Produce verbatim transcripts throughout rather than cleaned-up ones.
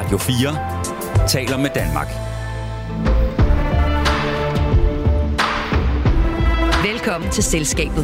Radio fire taler med Danmark. Velkommen til Selskabet.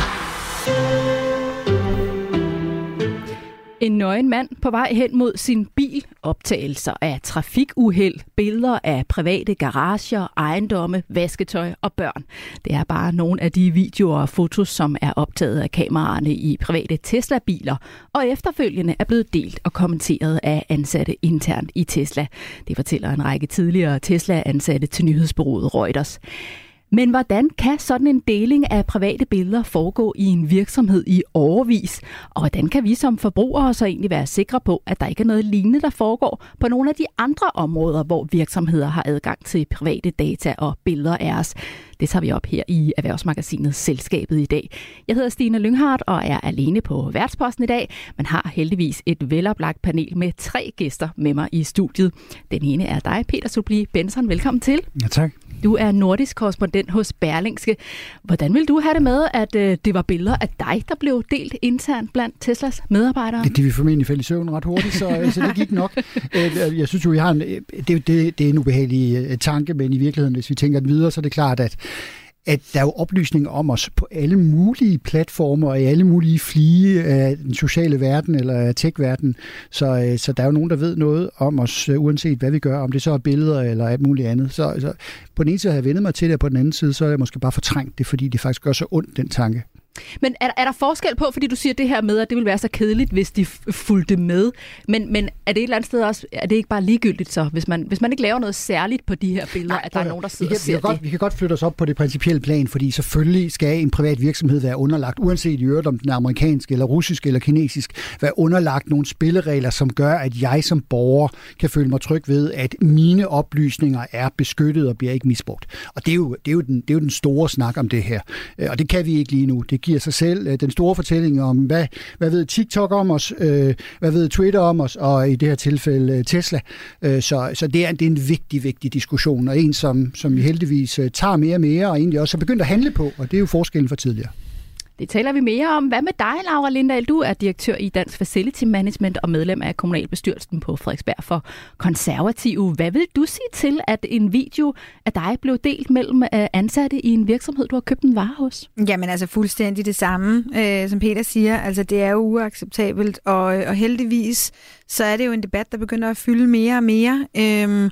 En nøgen mand på vej hen mod sin bil, optagelser af trafikuheld, billeder af private garager, ejendomme, vasketøj og børn. Det er bare nogle af de videoer og fotos, som er optaget af kameraerne i private Tesla-biler, og efterfølgende er blevet delt og kommenteret af ansatte internt i Tesla. Det fortæller en række tidligere Tesla-ansatte til nyhedsbureauet Reuters. Men hvordan kan sådan en deling af private billeder foregå i en virksomhed i årevis? Og hvordan kan vi som forbrugere så egentlig være sikre på, at der ikke er noget lignende, der foregår på nogle af de andre områder, hvor virksomheder har adgang til private data og billeder af os? Det tager vi op her i Erhvervsmagasinet Selskabet i dag. Jeg hedder Stine Lynghardt og er alene på værtsposten i dag, men har heldigvis et veloplagt panel med tre gæster med mig i studiet. Den ene er dig, Peter Subli Benson. Velkommen til. Ja, tak. Du er nordisk korrespondent hos Berlingske. Hvordan vil du have det med, at øh, det var billeder af dig, der blev delt internt blandt Teslas medarbejdere? Det, de vil formentlig falde i søvn ret hurtigt, så, så det gik nok. Jeg synes jo, vi har en, det, det, det er en ubehagelig tanke, men i virkeligheden, hvis vi tænker den videre, så er det klart, at at der er jo oplysninger om os på alle mulige platformer og i alle mulige flige af den sociale verden eller tech-verden. Så, så der er jo nogen, der ved noget om os, uanset hvad vi gør, om det så er billeder eller alt muligt andet. Så, så på den ene side har jeg vendt mig til det, og på den anden side, så er jeg måske bare fortrængt det, fordi det faktisk gør så ondt, den tanke. Men er, er der forskel på, fordi du siger det her med, at det ville være så kedeligt, hvis de fulgte med, men, men er det et eller andet sted også, er det ikke bare ligegyldigt så, hvis man, hvis man ikke laver noget særligt på de her billeder, Nej, at der er nogen, der sidder kan, og ser vi kan det? Godt, vi kan godt flytte os op på det principielle plan, fordi selvfølgelig skal en privat virksomhed være underlagt, uanset i øvrigt om den er amerikansk eller russisk eller kinesisk, være underlagt nogle spilleregler, som gør, at jeg som borger kan føle mig tryg ved, at mine oplysninger er beskyttet og bliver ikke misbrugt. Og det er jo, det er jo, den, det er jo den store snak om det her. Og det kan vi ikke lige nu. Det giver sig selv den store fortælling om, hvad, hvad ved TikTok om os, øh, hvad ved Twitter om os, og i det her tilfælde Tesla. Øh, så så det, er, det er en vigtig, vigtig diskussion, og en, som, som vi heldigvis tager mere og mere, og egentlig også har begyndt at handle på, og det er jo forskellen for tidligere. Det taler vi mere om. Hvad med dig, Laura Lindahl? Du er direktør i Dansk Facility Management og medlem af kommunalbestyrelsen på Frederiksberg for Konservative. Hvad vil du sige til, at en video af dig blev delt mellem ansatte i en virksomhed, du har købt en vare hos? Jamen altså fuldstændig det samme, øh, som Peter siger. Altså det er jo uacceptabelt, og, og heldigvis så er det jo en debat, der begynder at fylde mere og mere. Øh,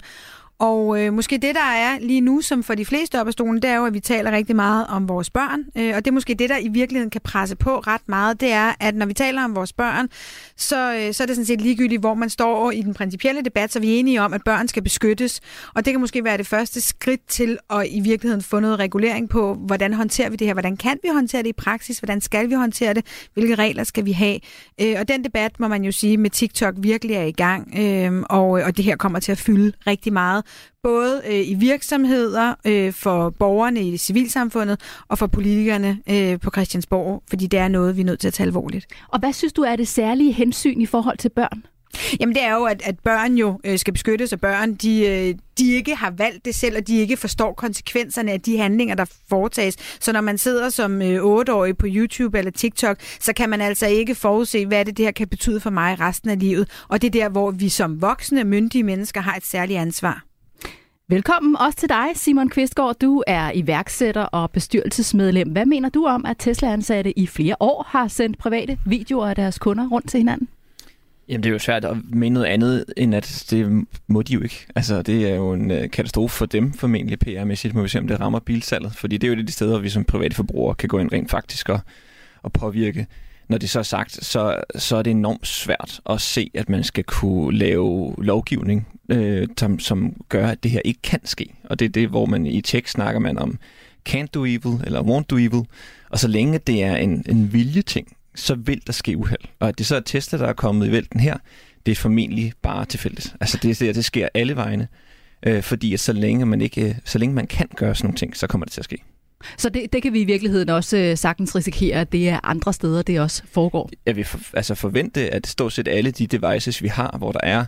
Og øh, måske det, der er lige nu, som for de fleste op ad stolen, det er jo, at vi taler rigtig meget om vores børn. Øh, og det er måske det, der i virkeligheden kan presse på ret meget. Det er, at når vi taler om vores børn, så, øh, så er det sådan set ligegyldigt, hvor man står i den principielle debat, så vi er enige om, at børn skal beskyttes. Og det kan måske være det første skridt til at i virkeligheden få noget regulering på, hvordan håndterer vi det her? Hvordan kan vi håndtere det i praksis? Hvordan skal vi håndtere det? Hvilke regler skal vi have? Øh, og den debat, må man jo sige, med TikTok virkelig er i gang. Øh, og, og det her kommer til at fylde rigtig meget. Både øh, i virksomheder, øh, for borgerne i civilsamfundet og for politikerne øh, på Christiansborg, fordi det er noget, vi er nødt til at tage alvorligt. Og hvad synes du er det særlige hensyn i forhold til børn? Jamen det er jo, at, at børn jo øh, skal beskyttes, og børn de, øh, de ikke har valgt det selv, og de ikke forstår konsekvenserne af de handlinger, der foretages. Så når man sidder som øh, otteårig på YouTube eller TikTok, så kan man altså ikke forudse, hvad det, det her kan betyde for mig resten af livet. Og det er der, hvor vi som voksne, myndige mennesker har et særligt ansvar. Velkommen også til dig, Simon Kvistgaard. Du er iværksætter og bestyrelsesmedlem. Hvad mener du om, at Tesla-ansatte i flere år har sendt private videoer af deres kunder rundt til hinanden? Jamen, det er jo svært at mene noget andet, end at det må de jo ikke. Altså, det er jo en katastrofe for dem, formentlig P R-mæssigt, må vi se, om det rammer bilsalget. Fordi det er jo det de steder, hvor vi som private forbrugere kan gå ind rent faktisk og, og påvirke. Når det så er sagt, så, så er det enormt svært at se, at man skal kunne lave lovgivning, øh, som, som gør, at det her ikke kan ske. Og det er det, hvor man i tech snakker man om can't do evil eller won't do evil. Og så længe det er en, en viljeting, så vil der ske uheld. Og at det så er Tesla, der er kommet i vælten her, det er formentlig bare tilfældigt. Altså det, det, det sker alle vegne, øh, fordi at så længe man ikke, så længe man kan gøre sådan nogle ting, så kommer det til at ske. Så det, det kan vi i virkeligheden også øh, sagtens risikere, at det er andre steder, det også foregår? Jeg vil for, altså forvente, at stort set alle de devices, vi har, hvor der er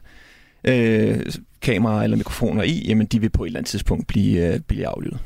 øh, kameraer eller mikrofoner i, jamen de vil på et eller andet tidspunkt blive, øh, blive aflyttet.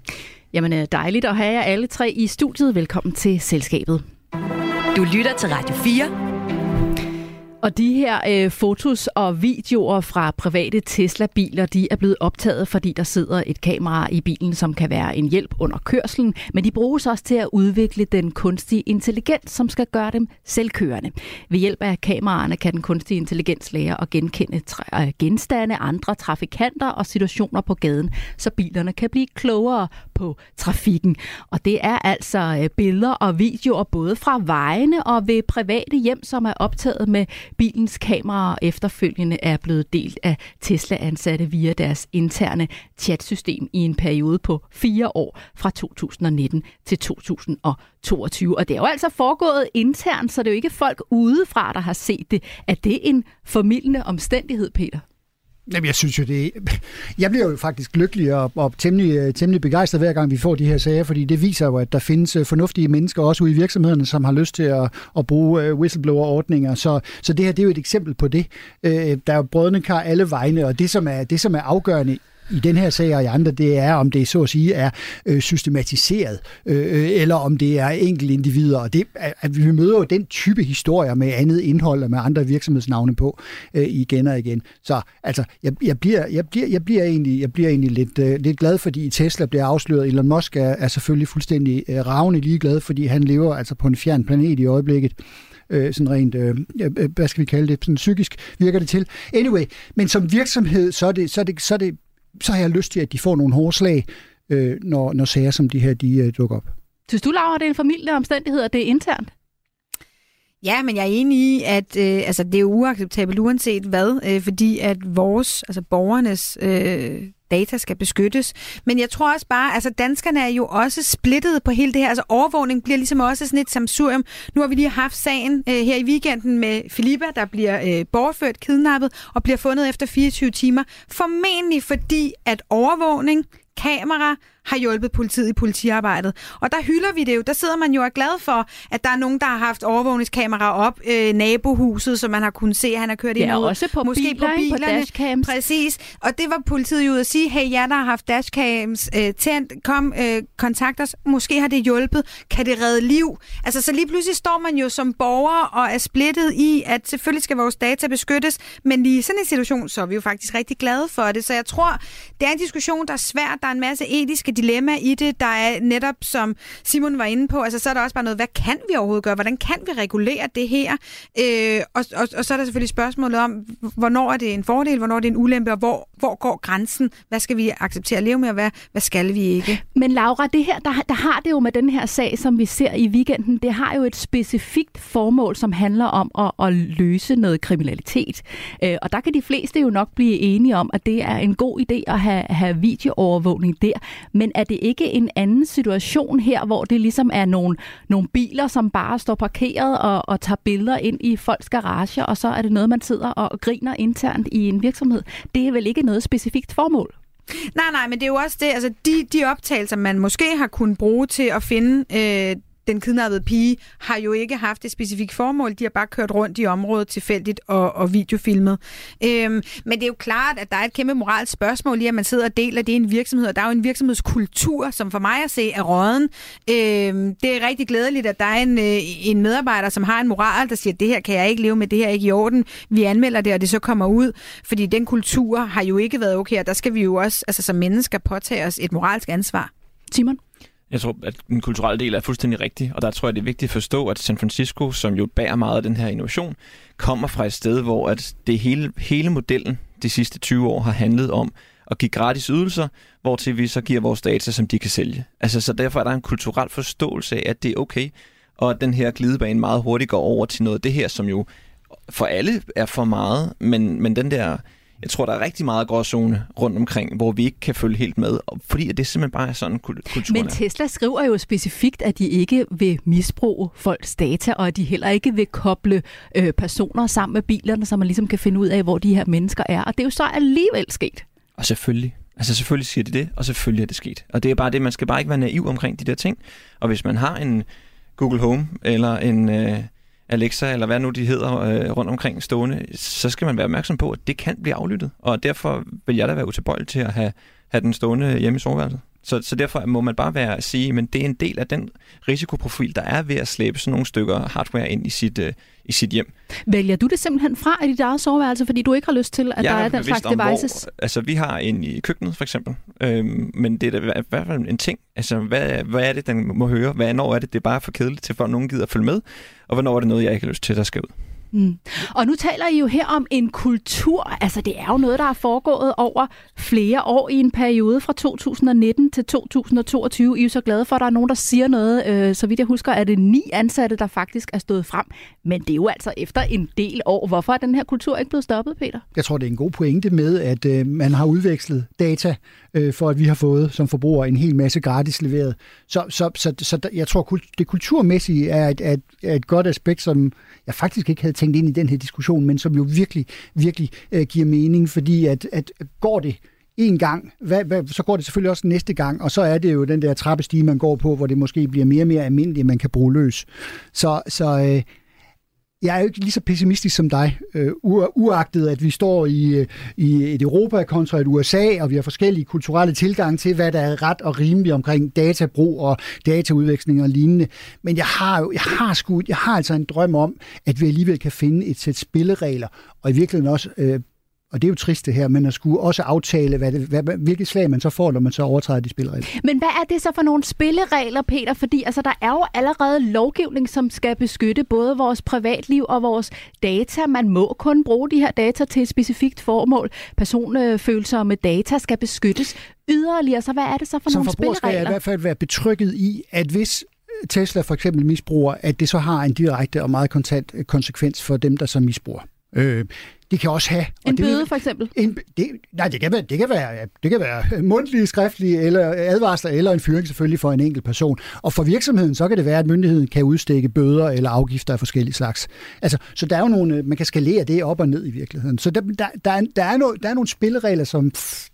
Jamen dejligt at have jer alle tre i studiet. Velkommen til Selskabet. Du lytter til Radio fire. Og de her øh, fotos og videoer fra private Tesla-biler, de er blevet optaget, fordi der sidder et kamera i bilen, som kan være en hjælp under kørslen. Men de bruges også til at udvikle den kunstige intelligens, som skal gøre dem selvkørende. Ved hjælp af kameraerne kan den kunstige intelligens lære at genkende tra- genstande, andre trafikanter og situationer på gaden, så bilerne kan blive klogere på trafikken. Og det er altså øh, billeder og videoer både fra vejene og ved private hjem, som er optaget med bilens kameraer efterfølgende er blevet delt af Tesla-ansatte via deres interne chatsystem i en periode på fire år fra to tusind og nitten til to tusind og toogtyve. Og det er jo altså foregået internt, så det er jo ikke folk udefra, der har set det. Er det en formildende omstændighed, Peter? Jamen, jeg synes jo, det jeg bliver jo faktisk lykkelig og, og temmelig, temmelig begejstret hver gang, vi får de her sager, fordi det viser jo, at der findes fornuftige mennesker også ude i virksomhederne, som har lyst til at, at bruge whistleblower-ordninger. Så, så det her, det er jo et eksempel på det. Der er jo brødrene kar alle vegne, og det, som er, det, som er afgørende i den her sag og i andre, det er, om det så at sige er øh, systematiseret, øh, eller om det er enkelte individer. Og det, at vi møder jo den type historier med andet indhold og med andre virksomhedsnavne på øh, igen og igen. Så altså, jeg, jeg, bliver, jeg, bliver, jeg, bliver, egentlig, jeg bliver egentlig lidt, øh, lidt glad, fordi Tesla bliver afsløret. Elon Musk er, er selvfølgelig fuldstændig øh, ravende ligeglad, fordi han lever altså på en fjern planet i øjeblikket. Øh, sådan rent, øh, hvad skal vi kalde det, sådan psykisk virker det til. Anyway, men som virksomhed, så er det, så er det, så er det så har jeg lyst til, at de får nogle hårde slag, øh, når, når sager som de her, de øh, dukker op. Synes du, Laura, det er en familie omstændighed, og det er internt? Ja, men jeg er enig i, at øh, altså, det er uacceptabelt uanset hvad, øh, fordi at vores, altså borgernes øh, data skal beskyttes. Men jeg tror også bare, altså danskerne er jo også splittet på hele det her. Altså overvågning bliver ligesom også sådan et samsurium. Nu har vi lige haft sagen øh, her i weekenden med Filippa, der bliver øh, bortført, kidnappet og bliver fundet efter fireogtyve timer. Formentlig fordi, at overvågning, kamera har hjulpet politiet i politiarbejdet. Og der hylder vi det jo. Der sidder man jo og er glad for, at der er nogen, der har haft overvågningskameraer op. Øh, nabohuset, som man har kunnet se, at han har kørt ind. Ja, også på måske biler, på bilerne. På dashcams. Præcis. Og det var politiet jo ude at sige, hey, jer, der har haft dashcams øh, tændt, kom, øh, kontakt os. Måske har det hjulpet. Kan det redde liv? Altså, så lige pludselig står man jo som borger og er splittet i, at selvfølgelig skal vores data beskyttes, men i sådan en situation, så er vi jo faktisk rigtig glade for det. Så jeg tror, det er en diskussion, der er svært. Der er en masse etiske dilemma i det. Der er netop, som Simon var inde på, altså så er der også bare noget, hvad kan vi overhovedet gøre? Hvordan kan vi regulere det her? Øh, og, og, og så er der selvfølgelig spørgsmålet om, hvornår er det en fordel, hvornår er det en ulempe, og hvor, hvor går grænsen? Hvad skal vi acceptere at leve med, og hvad, hvad skal vi ikke? Men Laura, det her, der, der har det jo med den her sag, som vi ser i weekenden, det har jo et specifikt formål, som handler om at, at løse noget kriminalitet. Øh, og der kan de fleste jo nok blive enige om, at det er en god idé at have, have videoovervågning der. Men er det ikke en anden situation her, hvor det ligesom er nogle, nogle biler, som bare står parkeret og, og tager billeder ind i folks garager, og så er det noget, man sidder og griner internt i en virksomhed? Det er vel ikke noget specifikt formål? Nej, nej, men det er jo også det, altså de, de optagelser, man måske har kunnet bruge til at finde øh, den kidnappede pige, har jo ikke haft et specifikt formål. De har bare kørt rundt i området tilfældigt og, og videofilmet. Øhm, men det er jo klart, at der er et kæmpe moralsk spørgsmål i, at man sidder og deler det i en virksomhed, og der er jo en virksomhedskultur, som for mig at se er råden. Øhm, det er rigtig glædeligt, at der er en, øh, en medarbejder, som har en moral, der siger, at det her kan jeg ikke leve med, det her er ikke i orden. Vi anmelder det, og det så kommer ud, fordi den kultur har jo ikke været okay, og der skal vi jo også altså, som mennesker påtage os et moralsk ansvar. Simon? Jeg tror, at den kulturelle del er fuldstændig rigtig, og der tror jeg, det er vigtigt at forstå, at San Francisco, som jo bærer meget af den her innovation, kommer fra et sted, hvor at det hele, hele modellen de sidste tyve år har handlet om at give gratis ydelser, hvortil vi så giver vores data, som de kan sælge. Altså, så derfor er der en kulturel forståelse af, at det er okay, og at den her glidebane meget hurtigt går over til noget af det her, som jo for alle er for meget, men, men den der... Jeg tror, der er rigtig meget gråzone rundt omkring, hvor vi ikke kan følge helt med, fordi det simpelthen bare er sådan kulturen. Men Tesla skriver jo specifikt, at de ikke vil misbruge folks data, og at de heller ikke vil koble øh, personer sammen med bilerne, så man ligesom kan finde ud af, hvor de her mennesker er. Og det er jo så alligevel sket. Og selvfølgelig. Altså selvfølgelig siger de det, og selvfølgelig er det sket. Og det er bare det, man skal bare ikke være naiv omkring de der ting. Og hvis man har en Google Home eller en... Øh, Alexa, eller hvad nu de hedder øh, rundt omkring stående, så skal man være opmærksom på, at det kan blive aflyttet. Og derfor vil jeg da være utilbøjelig til at have, have den stående hjemme i soveværelset. Så, så derfor må man bare være at sige, men det er en del af den risikoprofil, der er ved at slæbe sådan nogle stykker hardware ind i sit, øh, i sit hjem. Vælger du det simpelthen fra i dit eget soveværelse, fordi du ikke har lyst til, at jeg der er den slags devices? Hvor, altså, vi har en i køkkenet, for eksempel. Øhm, men det er da i hvert fald en ting. Altså, hvad, hvad er det, den må høre? Hvornår er det, det er bare for kedeligt til, for nogen gider at følge med? Og hvornår er det noget, jeg ikke har lyst til, der skal ud? Mm. Og nu taler I jo her om en kultur. Altså, det er jo noget, der er foregået over flere år i en periode fra to tusind nitten til to tusind toogtyve. I er jo så glade for, at der er nogen, der siger noget. Øh, så vidt jeg husker, er det ni ansatte, der faktisk er stået frem. Men det er jo altså efter en del år. Hvorfor er den her kultur ikke blevet stoppet, Peter? Jeg tror, det er en god pointe med, at øh, man har udvekslet data, øh, for at vi har fået som forbrugere en hel masse gratis leveret. Så, så, så, så jeg tror, det kulturmæssige er et, er, er et godt aspekt, som jeg faktisk ikke havde tænkt ind i den her diskussion, men som jo virkelig, virkelig øh, giver mening, fordi at, at går det en gang, hvad, hvad, så går det selvfølgelig også næste gang, og så er det jo den der trappestige, man går på, hvor det måske bliver mere og mere almindeligt, at man kan bruge løs. Så, så øh, jeg er jo ikke lige så pessimistisk som dig, øh, uagtet at vi står i, i et Europa kontra et U S A, og vi har forskellige kulturelle tilgang til, hvad der er ret og rimeligt omkring databrug og dataudveksling og lignende. Men jeg har jo, jeg har sgu, jeg har altså en drøm om, at vi alligevel kan finde et sæt spilleregler, og i virkeligheden også, øh, og det er jo trist det her, men at skulle også aftale, hvad det, hvad, hvilket slag man så får, når man så overtræder de spilleregler. Men hvad er det så for nogle spilleregler, Peter? Fordi altså, der er jo allerede lovgivning, som skal beskytte både vores privatliv og vores data. Man må kun bruge de her data til et specifikt formål. Personfølsomme data skal beskyttes yderligere. Så hvad er det så for Som nogle spilleregler? Som forbruger skal jeg i hvert fald være betrygget i, at hvis Tesla for eksempel misbruger, at det så har en direkte og meget kontant konsekvens for dem, der så misbruger. Øh, det kan også have... En og bøde det, for eksempel? En, det, nej, det kan, være, det, kan være, det kan være mundtlige, skriftlige eller advarsler, eller en fyring selvfølgelig for en enkelt person. Og for virksomheden, så kan det være, at myndigheden kan udstikke bøder eller afgifter af forskellige slags. Altså, så der er jo nogle, man kan skalere det op og ned i virkeligheden. Så der, der, der, er, der, er, no, der er nogle spilleregler, som pff,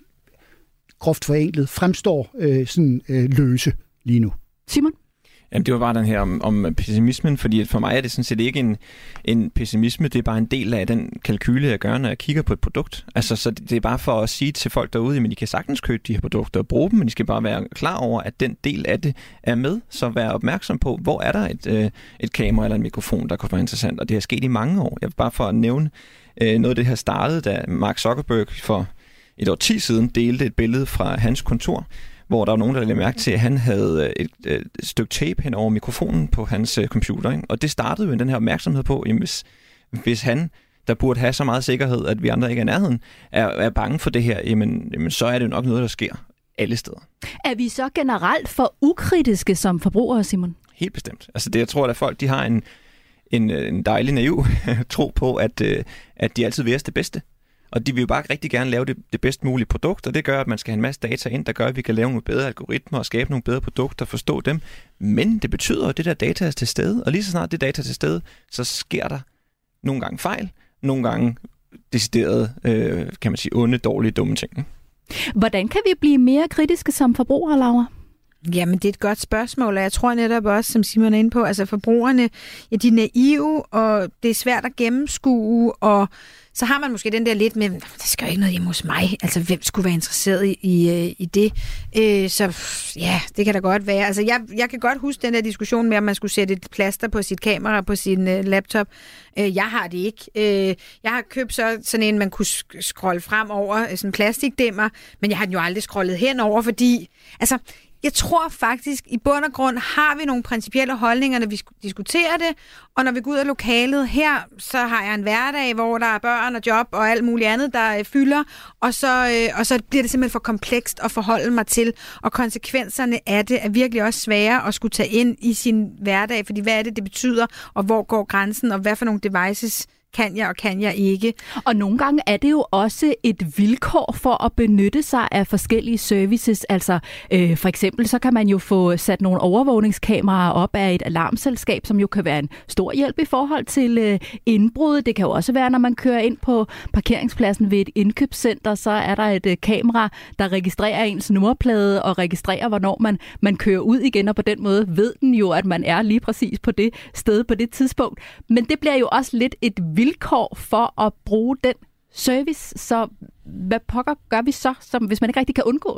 groft forenklet fremstår øh, sådan øh, løse lige nu. Simon? Jamen, det var bare den her om, om pessimismen, fordi for mig er det sådan set ikke en, en pessimisme, det er bare en del af den kalkyle, jeg gør, når jeg kigger på et produkt. Altså, så det er bare for at sige til folk derude, at I kan sagtens købe de her produkter og bruge dem, men I skal bare være klar over, at den del af det er med, så vær opmærksom på, hvor er der et, øh, et kamera eller en mikrofon, der kunne være interessant, og det har sket i mange år. Jeg vil bare for at nævne øh, noget af det her startede, da Mark Zuckerberg for et år ti siden delte et billede fra hans kontor, hvor der var nogen, der lagde mærke til, at han havde et, et stykke tape hen over mikrofonen på hans uh, computer. Ikke? Og det startede jo den her opmærksomhed på, jamen hvis, hvis han, der burde have så meget sikkerhed, at vi andre ikke er i nærheden, er, er bange for det her, jamen, jamen så er det jo nok noget, der sker alle steder. Er vi så generelt for ukritiske som forbrugere, Simon? Helt bestemt. Altså det, jeg tror, at folk de har en, en, en dejlig naiv tro på, at, at de altid vil os det bedste. Og de vil jo bare rigtig gerne lave det, det bedst mulige produkt, og det gør, at man skal have en masse data ind, der gør, at vi kan lave nogle bedre algoritmer og skabe nogle bedre produkter, forstå dem. Men det betyder, at det der data er til stede, og lige så snart det data er til stede, så sker der nogle gange fejl, nogle gange deciderede, øh, kan man sige, onde, dårlige, dumme ting. Hvordan kan vi blive mere kritiske som forbrugere, Laura? Jamen, det er et godt spørgsmål, og jeg tror netop også, som Simon er inde på, altså forbrugerne, ja, de er naive, og det er svært at gennemskue, og så har man måske den der lidt med, der skal jo ikke noget hjemme hos mig, altså hvem skulle være interesseret i, i, i det? Øh, så ja, det kan da godt være. Altså jeg, jeg kan godt huske den der diskussion med, om man skulle sætte et plaster på sit kamera, på sin uh, laptop. Øh, jeg har det ikke. Øh, jeg har købt så, sådan en, man kunne scrolle frem over, sådan en plastikdæmmer, men jeg har den jo aldrig scrollet henover, fordi, altså, jeg tror faktisk, i bund og grund har vi nogle principielle holdninger, når vi diskuterer det, og når vi går ud af lokalet her, så har jeg en hverdag, hvor der er børn og job og alt muligt andet, der øh, fylder, og så, øh, og så bliver det simpelthen for komplekst at forholde mig til, og konsekvenserne af det er virkelig også svære at skulle tage ind i sin hverdag, fordi hvad er det, det betyder, og hvor går grænsen, og hvad for nogle devices kan jeg og kan jeg ikke. Og nogle gange er det jo også et vilkår for at benytte sig af forskellige services. Altså øh, for eksempel så kan man jo få sat nogle overvågningskameraer op af et alarmselskab, som jo kan være en stor hjælp i forhold til øh, indbrud. Det kan jo også være, når man kører ind på parkeringspladsen ved et indkøbscenter, så er der et øh, kamera, der registrerer ens nummerplade og registrerer, hvornår man, man kører ud igen, og på den måde ved den jo, at man er lige præcis på det sted på det tidspunkt. Men det bliver jo også lidt et vilkår for at bruge den service, så hvad pokker gør vi så, som, hvis man ikke rigtig kan undgå det?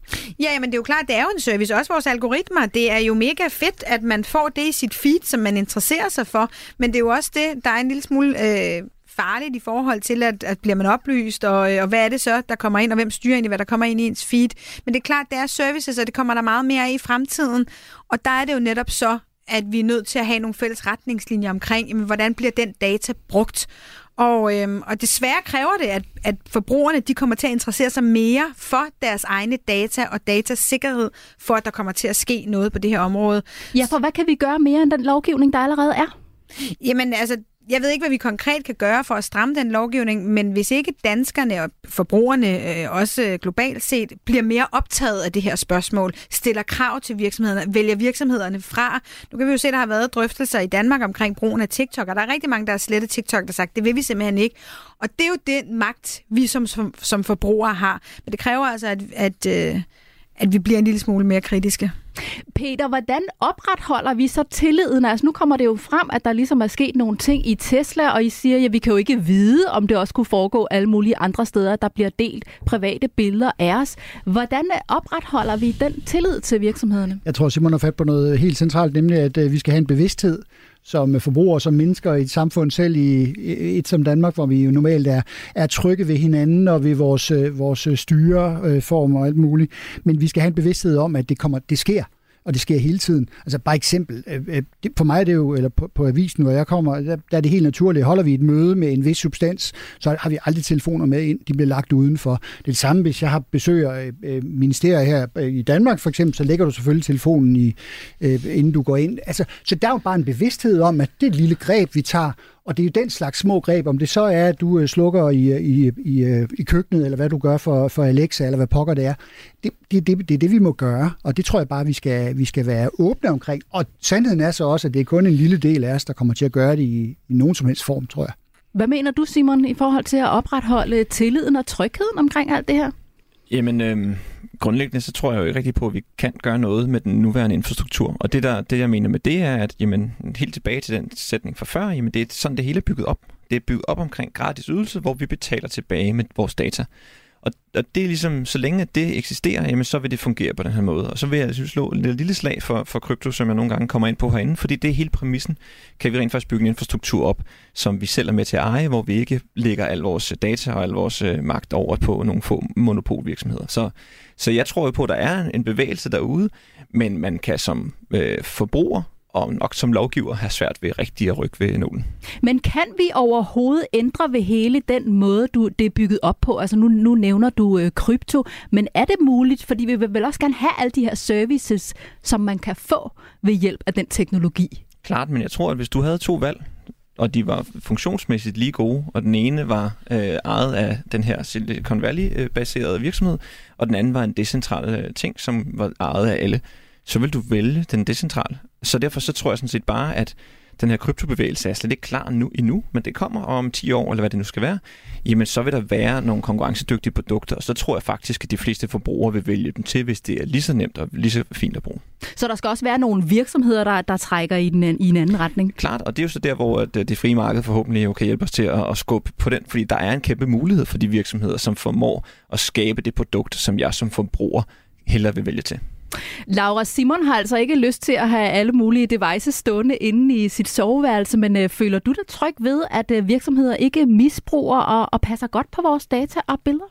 Ja, men det er jo klart, det er jo en service. Også vores algoritmer. Det er jo mega fedt, at man får det i sit feed, som man interesserer sig for. Men det er jo også det, der er en lille smule øh, farligt i forhold til, at, at bliver man oplyst, og, og hvad er det så, der kommer ind, og hvem styrer egentlig, hvad der kommer ind i ens feed. Men det er klart, det er services, og det kommer der meget mere af i fremtiden. Og der er det jo netop så, at vi er nødt til at have nogle fælles retningslinjer omkring, jamen, hvordan bliver den data brugt. Og, øhm, og desværre kræver det, at, at forbrugerne de kommer til at interessere sig mere for deres egne data og datasikkerhed, for at der kommer til at ske noget på det her område. Ja, for hvad kan vi gøre mere end den lovgivning, der allerede er? Jamen altså, jeg ved ikke, hvad vi konkret kan gøre for at stramme den lovgivning, men hvis ikke danskerne og forbrugerne, øh, også globalt set, bliver mere optaget af det her spørgsmål, stiller krav til virksomhederne, vælger virksomhederne fra. Nu kan vi jo se, at der har været drøftelser i Danmark omkring brugen af TikTok, og der er rigtig mange, der har slettet TikTok, der har sagt, det vil vi simpelthen ikke. Og det er jo den magt, vi som, som, som forbrugere har. Men det kræver altså, at, at, øh, at vi bliver en lille smule mere kritiske. Peter, hvordan opretholder vi så tilliden? Altså nu kommer det jo frem, at der ligesom er sket nogle ting i Tesla, og I siger, at ja, vi kan jo ikke vide, om det også kunne foregå alle mulige andre steder, der bliver delt private billeder af os. Hvordan opretholder vi den tillid til virksomhederne? Jeg tror, Simon har fat på noget helt centralt, nemlig at vi skal have en bevidsthed som forbrugere, som mennesker i et samfund, selv i et som Danmark, hvor vi jo normalt er, er trygge ved hinanden og ved vores, vores styreform og alt muligt. Men vi skal have en bevidsthed om, at det, kommer, det sker. Og det sker hele tiden. Altså bare eksempel. For mig er det jo, eller på, på avisen, hvor jeg kommer, der, der er det helt naturligt. Holder vi et møde med en vis substans, så har vi aldrig telefoner med ind. De bliver lagt udenfor. Det er det samme, hvis jeg har besøg af ministerier her i Danmark, for eksempel, så lægger du selvfølgelig telefonen i, inden du går ind. Altså, så der er jo bare en bevidsthed om, at det er et lille greb, vi tager. Og det er jo den slags små greb, om det så er, at du slukker i, i, i, i køkkenet, eller hvad du gør for, for Alexa, eller hvad pokker det er. Det, det, det, det er det, vi må gøre, og det tror jeg bare, vi skal, vi skal være åbne omkring. Og sandheden er så også, at det er kun en lille del af os, der kommer til at gøre det i, i nogen som helst form, tror jeg. Hvad mener du, Simon, i forhold til at opretholde tilliden og trygheden omkring alt det her? Jamen, øh, grundlæggende så tror jeg jo ikke rigtig på, at vi kan gøre noget med den nuværende infrastruktur. Og det, der, det jeg mener med det, er, at jamen, helt tilbage til den sætning fra før, jamen, det er sådan, det hele er bygget op. Det er bygget op omkring gratis ydelse, hvor vi betaler tilbage med vores data. Og, og det er ligesom, så længe det eksisterer, jamen, så vil det fungere på den her måde. Og så vil jeg synes, slå et lille slag for, for krypto, som jeg nogle gange kommer ind på herinde, fordi det er hele præmissen. Kan vi rent faktisk bygge en infrastruktur op, som vi selv er med til at eje, hvor vi ikke lægger al vores data og al vores øh, magt over på nogle få monopolvirksomheder. Så, så jeg tror jo på, at der er en bevægelse derude, men man kan som øh, forbruger og nok som lovgiver have svært ved rigtig at rykke ved nålen. Men kan vi overhovedet ændre ved hele den måde, du, det er bygget op på? Altså nu, nu nævner du øh, krypto, men er det muligt? Fordi vi vil vel også gerne have alle de her services, som man kan få ved hjælp af den teknologi. Klart, men jeg tror, at hvis du havde to valg, og de var funktionsmæssigt lige gode, og den ene var øh, ejet af den her Silicon Valley-baserede virksomhed, og den anden var en decentral ting, som var ejet af alle, så vil du vælge den decentrale. Så derfor så tror jeg sådan set bare, at den her kryptobevægelse er slet ikke klar nu endnu, men det kommer om ti år, eller hvad det nu skal være, jamen så vil der være nogle konkurrencedygtige produkter, og så tror jeg faktisk, at de fleste forbrugere vil vælge dem til, hvis det er lige så nemt og lige så fint at bruge. Så der skal også være nogle virksomheder, der, der trækker i, den, i en anden retning? Klart, og det er jo så der, hvor det frie marked forhåbentlig jo kan hjælpe os til at, at skubbe på den, fordi der er en kæmpe mulighed for de virksomheder, som formår at skabe det produkt, som jeg som forbruger hellere vil vælge til. Laura, Simon har altså ikke lyst til at have alle mulige devices stående inde i sit soveværelse, men øh, føler du dig tryg ved, at øh, virksomheder ikke misbruger og, og passer godt på vores data og billeder?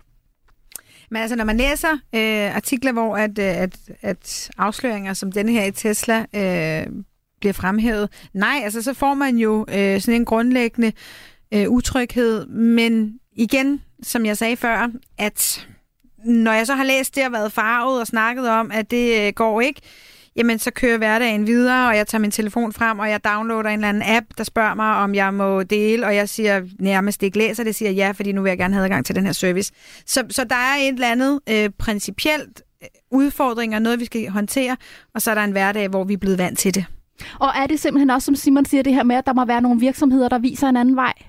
Men altså, når man læser øh, artikler, hvor at, at, at afsløringer som denne her i Tesla øh, bliver fremhævet, nej, altså så får man jo øh, sådan en grundlæggende øh, utryghed, men igen, som jeg sagde før, at når jeg så har læst det og været farvet og snakket om, at det går ikke, jamen så kører hverdagen videre, og jeg tager min telefon frem, og jeg downloader en eller anden app, der spørger mig, om jeg må dele, og jeg siger nærmest ikke læser det, siger ja, fordi nu vil jeg gerne have adgang til den her service. Så, så der er et eller andet øh, principielt udfordringer, noget vi skal håndtere, og så er der en hverdag, hvor vi er blevet vant til det. Og er det simpelthen også, som Simon siger, det her med, at der må være nogle virksomheder, der viser en anden vej?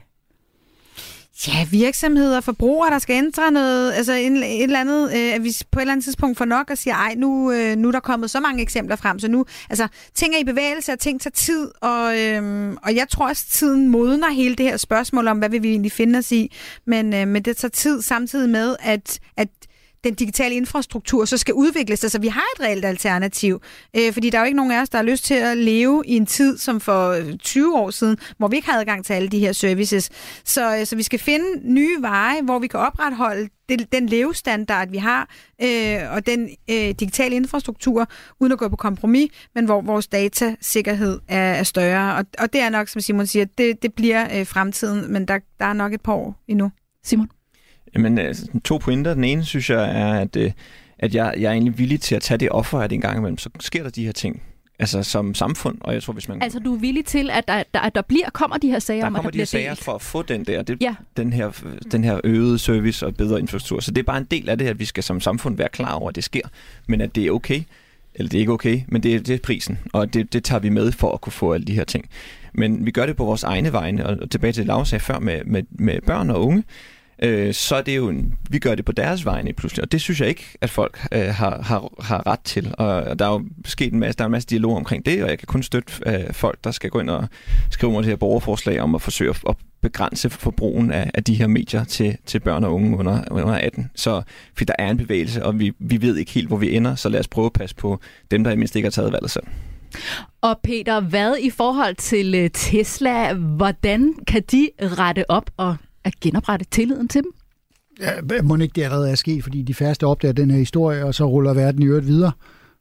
Ja, virksomheder, forbrugere, der skal ændre noget, altså en, et eller andet, øh, at vi på et eller andet tidspunkt får nok og siger, ej, nu, øh, nu er der kommet så mange eksempler frem, så nu, altså, ting er i bevægelse, og ting tager tid, og, øh, og jeg tror også, tiden modner hele det her spørgsmål om, hvad vil vi egentlig finde os i, men, øh, men det tager tid samtidig med, at, at den digitale infrastruktur så skal udvikles, så altså, vi har et reelt alternativ. Øh, fordi der er jo ikke nogen af os, der har lyst til at leve i en tid, som for tyve år siden, hvor vi ikke har adgang til alle de her services. Så, øh, så vi skal finde nye veje, hvor vi kan opretholde det, den levestandard, vi har, øh, og den øh, digitale infrastruktur, uden at gå på kompromis, men hvor vores datasikkerhed er, er større. Og, og det er nok, som Simon siger, det, det bliver øh, fremtiden, men der, der er nok et par år endnu. Simon? Jamen, to pointer. Den ene, synes jeg, er, at, at jeg, jeg er egentlig villig til at tage det offer, at en gang imellem, så sker der de her ting. Altså som samfund, og jeg tror, hvis man... Altså, du er villig til, at der, der, at der bliver, kommer de her sager der om, at der de bliver sager delt? for at få den der, det, ja. den, her, den her øgede service og bedre infrastruktur. Så det er bare en del af det, at vi skal som samfund være klar over, at det sker, men at det er okay, eller det er ikke okay, men det er, det er prisen, og det, det tager vi med for at kunne få alle de her ting. Men vi gør det på vores egne vegne, og tilbage til det, Laura sagde før med, med, med børn og unge, øh, så er det jo, en, vi gør det på deres vegne pludselig, og det synes jeg ikke, at folk øh, har, har, har ret til. Og der er jo sket en masse, der er en masse dialog omkring det, og jeg kan kun støtte øh, folk, der skal gå ind og skrive under det her borgerforslag om at forsøge at, at begrænse forbrugen af, af de her medier til, til børn og unge under, under atten. Så fordi der er en bevægelse, og vi, vi ved ikke helt, hvor vi ender, så lad os prøve at passe på dem, der i mindst ikke har taget valget selv. Og Peter, hvad i forhold til Tesla, hvordan kan de rette op og at genoprette tilliden til dem? Ja, må ikke det allerede er sket, fordi de færreste opdager den her historie, og så ruller verden i øvrigt videre.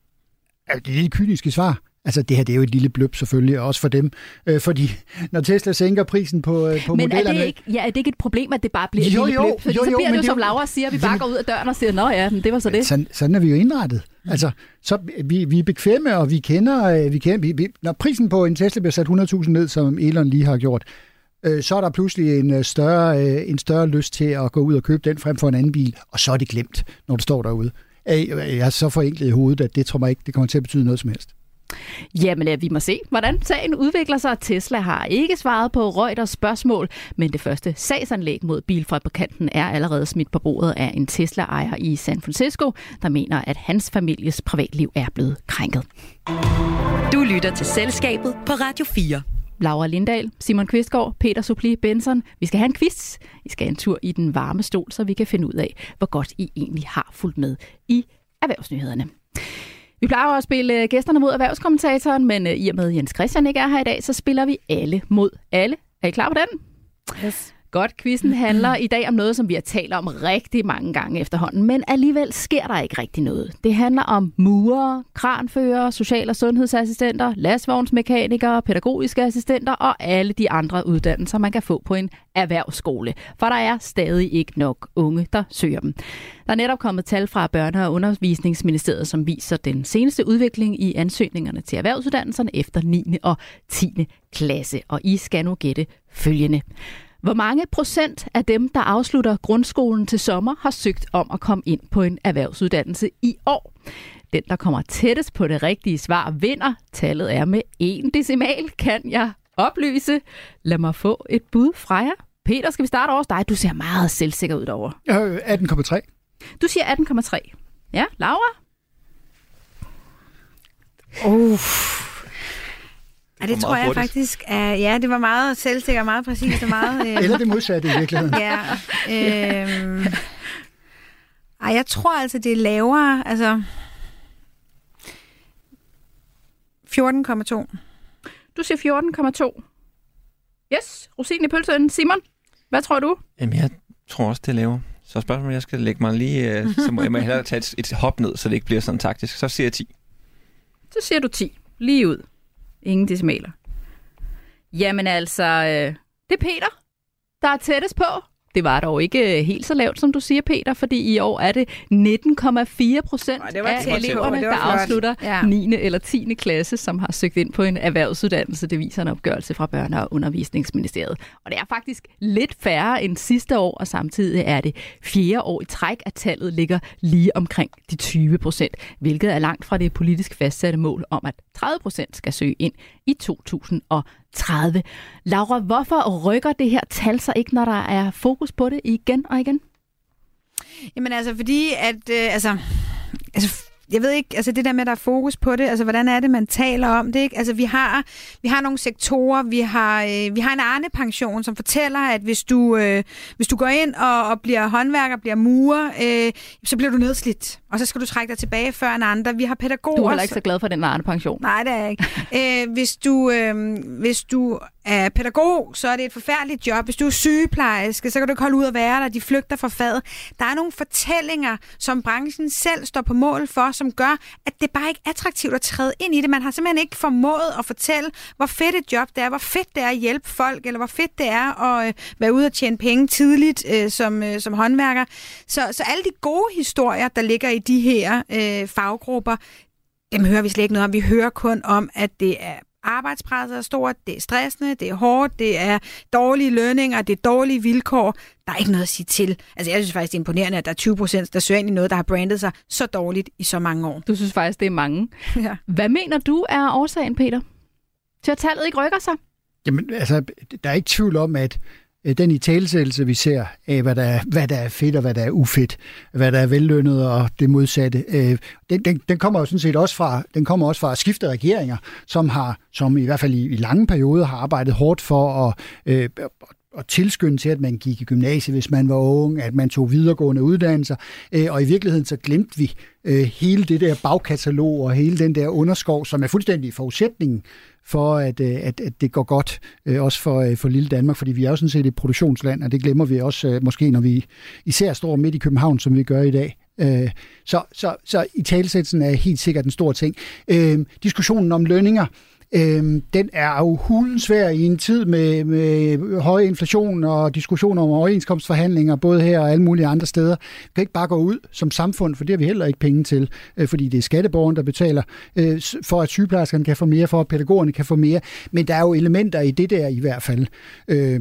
Det er det kyniske svar. Altså, det her det er jo et lille bløb selvfølgelig, også for dem. Øh, fordi når Tesla sænker prisen på, øh, på men modellerne... Men er det ikke, ja, er det ikke et problem, at det bare bliver jo, et lille jo, bløb? Fordi jo, jo, så bliver det jo, det som jo, Laura siger, vi bare jamen, går ud af døren og siger, nå ja, det var så det. Sådan, sådan er vi jo indrettet. Altså, så vi, vi er bekvemme, og vi kender... Vi kender vi, vi, når prisen på en Tesla bliver sat hundrede tusind ned, som Elon lige har gjort, øh, så er der pludselig en større, øh, en større lyst til at gå ud og købe den frem for en anden bil, og så er det glemt, når du står derude. Jeg er så forenklet i hovedet, at det tror mig ikke, det kommer til at betyde noget som helst. Jamen, vi må se, hvordan sagen udvikler sig. Tesla har ikke svaret på Reuters spørgsmål, men det første sagsanlæg mod bilfabrikanten er allerede smidt på bordet af en Tesla-ejer i San Francisco, der mener, at hans families privatliv er blevet krænket. Du lytter til Selskabet på Radio fire. Laura Lindahl, Simon Kvistgaard, Peter Supli Benson. Vi skal have en quiz. I skal en tur i den varme stol, så vi kan finde ud af, hvor godt I egentlig har fulgt med i erhvervsnyhederne. Vi plejer at spille gæsterne mod erhvervskommentatoren, men i og med Jens Christian ikke er her i dag, så spiller vi alle mod alle. Er I klar på den? Yes. Godt, quizzen handler i dag om noget, som vi har talt om rigtig mange gange efterhånden, men alligevel sker der ikke rigtig noget. Det handler om murere, kranførere, social- og sundhedsassistenter, lastvognsmekanikere, pædagogiske assistenter og alle de andre uddannelser, man kan få på en erhvervsskole. For der er stadig ikke nok unge, der søger dem. Der er netop kommet tal fra Børne- og Undervisningsministeriet, som viser den seneste udvikling i ansøgningerne til erhvervsuddannelserne efter niende og tiende klasse. Og I skal nu gætte følgende. Hvor mange procent af dem, der afslutter grundskolen til sommer, har søgt om at komme ind på en erhvervsuddannelse i år? Den, der kommer tættest på det rigtige svar, vinder. Tallet er med en decimal, kan jeg oplyse. Lad mig få et bud fra jer. Peter, skal vi starte over hos dig? Du ser meget selvsikker ud derovre. atten komma tre. Du siger atten komma tre. Ja, Laura? Uh. Ja, det tror jeg hurtigt. faktisk er... Ja, det var meget selvsikkert, meget præcist og meget... Øh... Eller det modsatte i virkeligheden. Ja. Øh... Ej, jeg tror altså, det er lavere. Altså... fjorten komma to. Du siger fjorten komma to. Yes, rosinen i pølseønden. Simon, hvad tror du? Jamen, jeg tror også, det er lavere. Så spørgsmålet, om jeg skal lægge mig lige... Så må jeg må hellere tage et, et hop ned, så det ikke bliver sådan taktisk. Så siger jeg ti. Så siger du ti. Lige ud. Ingen decimaler. Jamen altså, øh, det er Peter, der er tættest på. Det var dog ikke helt så lavt, som du siger, Peter, fordi i år er det nitten komma fire procent af eleverne, der afslutter ja. niende eller tiende klasse, som har søgt ind på en erhvervsuddannelse. Det viser en opgørelse fra Børne- og Undervisningsministeriet. Og det er faktisk lidt færre end sidste år, og samtidig er det fjerde år i træk, at tallet ligger lige omkring de tyve procent, hvilket er langt fra det politisk fastsatte mål om, at tredive procent skal søge ind i to tusind og tredive. Laura, hvorfor rykker det her tal sig ikke, når der er fokus på det igen og igen? Jamen altså, fordi at... Øh, altså, altså jeg ved ikke, altså det der med, at der er fokus på det, altså hvordan er det, man taler om det, ikke? Altså vi har, vi har nogle sektorer, vi har, øh, vi har en Arne-pension, som fortæller, at hvis du, øh, hvis du går ind og, og bliver håndværker, bliver murer, øh, så bliver du nedslidt, og så skal du trække dig tilbage før en andre. Vi har pædagoger. Du er heller ikke så glad for den Arne-pension. Nej, det er jeg ikke. øh, hvis, du, øh, hvis du er pædagog, så er det et forfærdeligt job. Hvis du er sygeplejerske, så kan du ikke holde ud at være der. De flygter fra faget. Der er nogle fortællinger, som branchen selv står på mål for, som gør, at det bare ikke er attraktivt at træde ind i det. Man har simpelthen ikke formået at fortælle, hvor fedt et job det er, hvor fedt det er at hjælpe folk, eller hvor fedt det er at øh, være ude og tjene penge tidligt øh, som, øh, som håndværker. Så, så alle de gode historier, der ligger i de her øh, faggrupper, dem hører vi slet ikke noget om. Vi hører kun om, at det er arbejdspresset er stort, det er stressende, det er hårdt, det er dårlige lønninger, det er dårlige vilkår. Der er ikke noget at sige til. Altså jeg synes faktisk, det er imponerende, at der er tyve procent, der søger ind i noget, der har brandet sig så dårligt i så mange år. Du synes faktisk, det er mange. Ja. Hvad mener du er årsagen, Peter, til at tallet ikke rykker sig? Jamen, altså, der er ikke tvivl om, at den italesættelse, vi ser af, hvad der, er, hvad der er fedt og hvad der er ufedt, hvad der er vellønnet og det modsatte, øh, den, den, den kommer jo sådan set også fra, den kommer også fra skiftede regeringer, som har, som i hvert fald i, i lange perioder har arbejdet hårdt for at, øh, at tilskynde til, at man gik i gymnasiet, hvis man var ung, at man tog videregående uddannelser, øh, og i virkeligheden så glemte vi øh, hele det der bagkatalog og hele den der underskov, som er fuldstændig forudsætningen for, at, at, at det går godt, øh, også for, for lille Danmark, fordi vi er jo sådan set et produktionsland, og det glemmer vi også øh, måske, når vi især står midt i København, som vi gør i dag. Øh, så, så, så italesættelsen er helt sikkert en stor ting. Øh, diskussionen om lønninger, øh, den er jo hulensvær i en tid med, med høj inflation og diskussioner om overenskomstforhandlinger, både her og alle mulige andre steder. Vi kan ikke bare gå ud som samfund, for det har vi heller ikke penge til, øh, fordi det er skatteborgeren, der betaler øh, for, at sygeplejerskerne kan få mere, for at pædagogerne kan få mere. Men der er jo elementer i det der i hvert fald. Øh,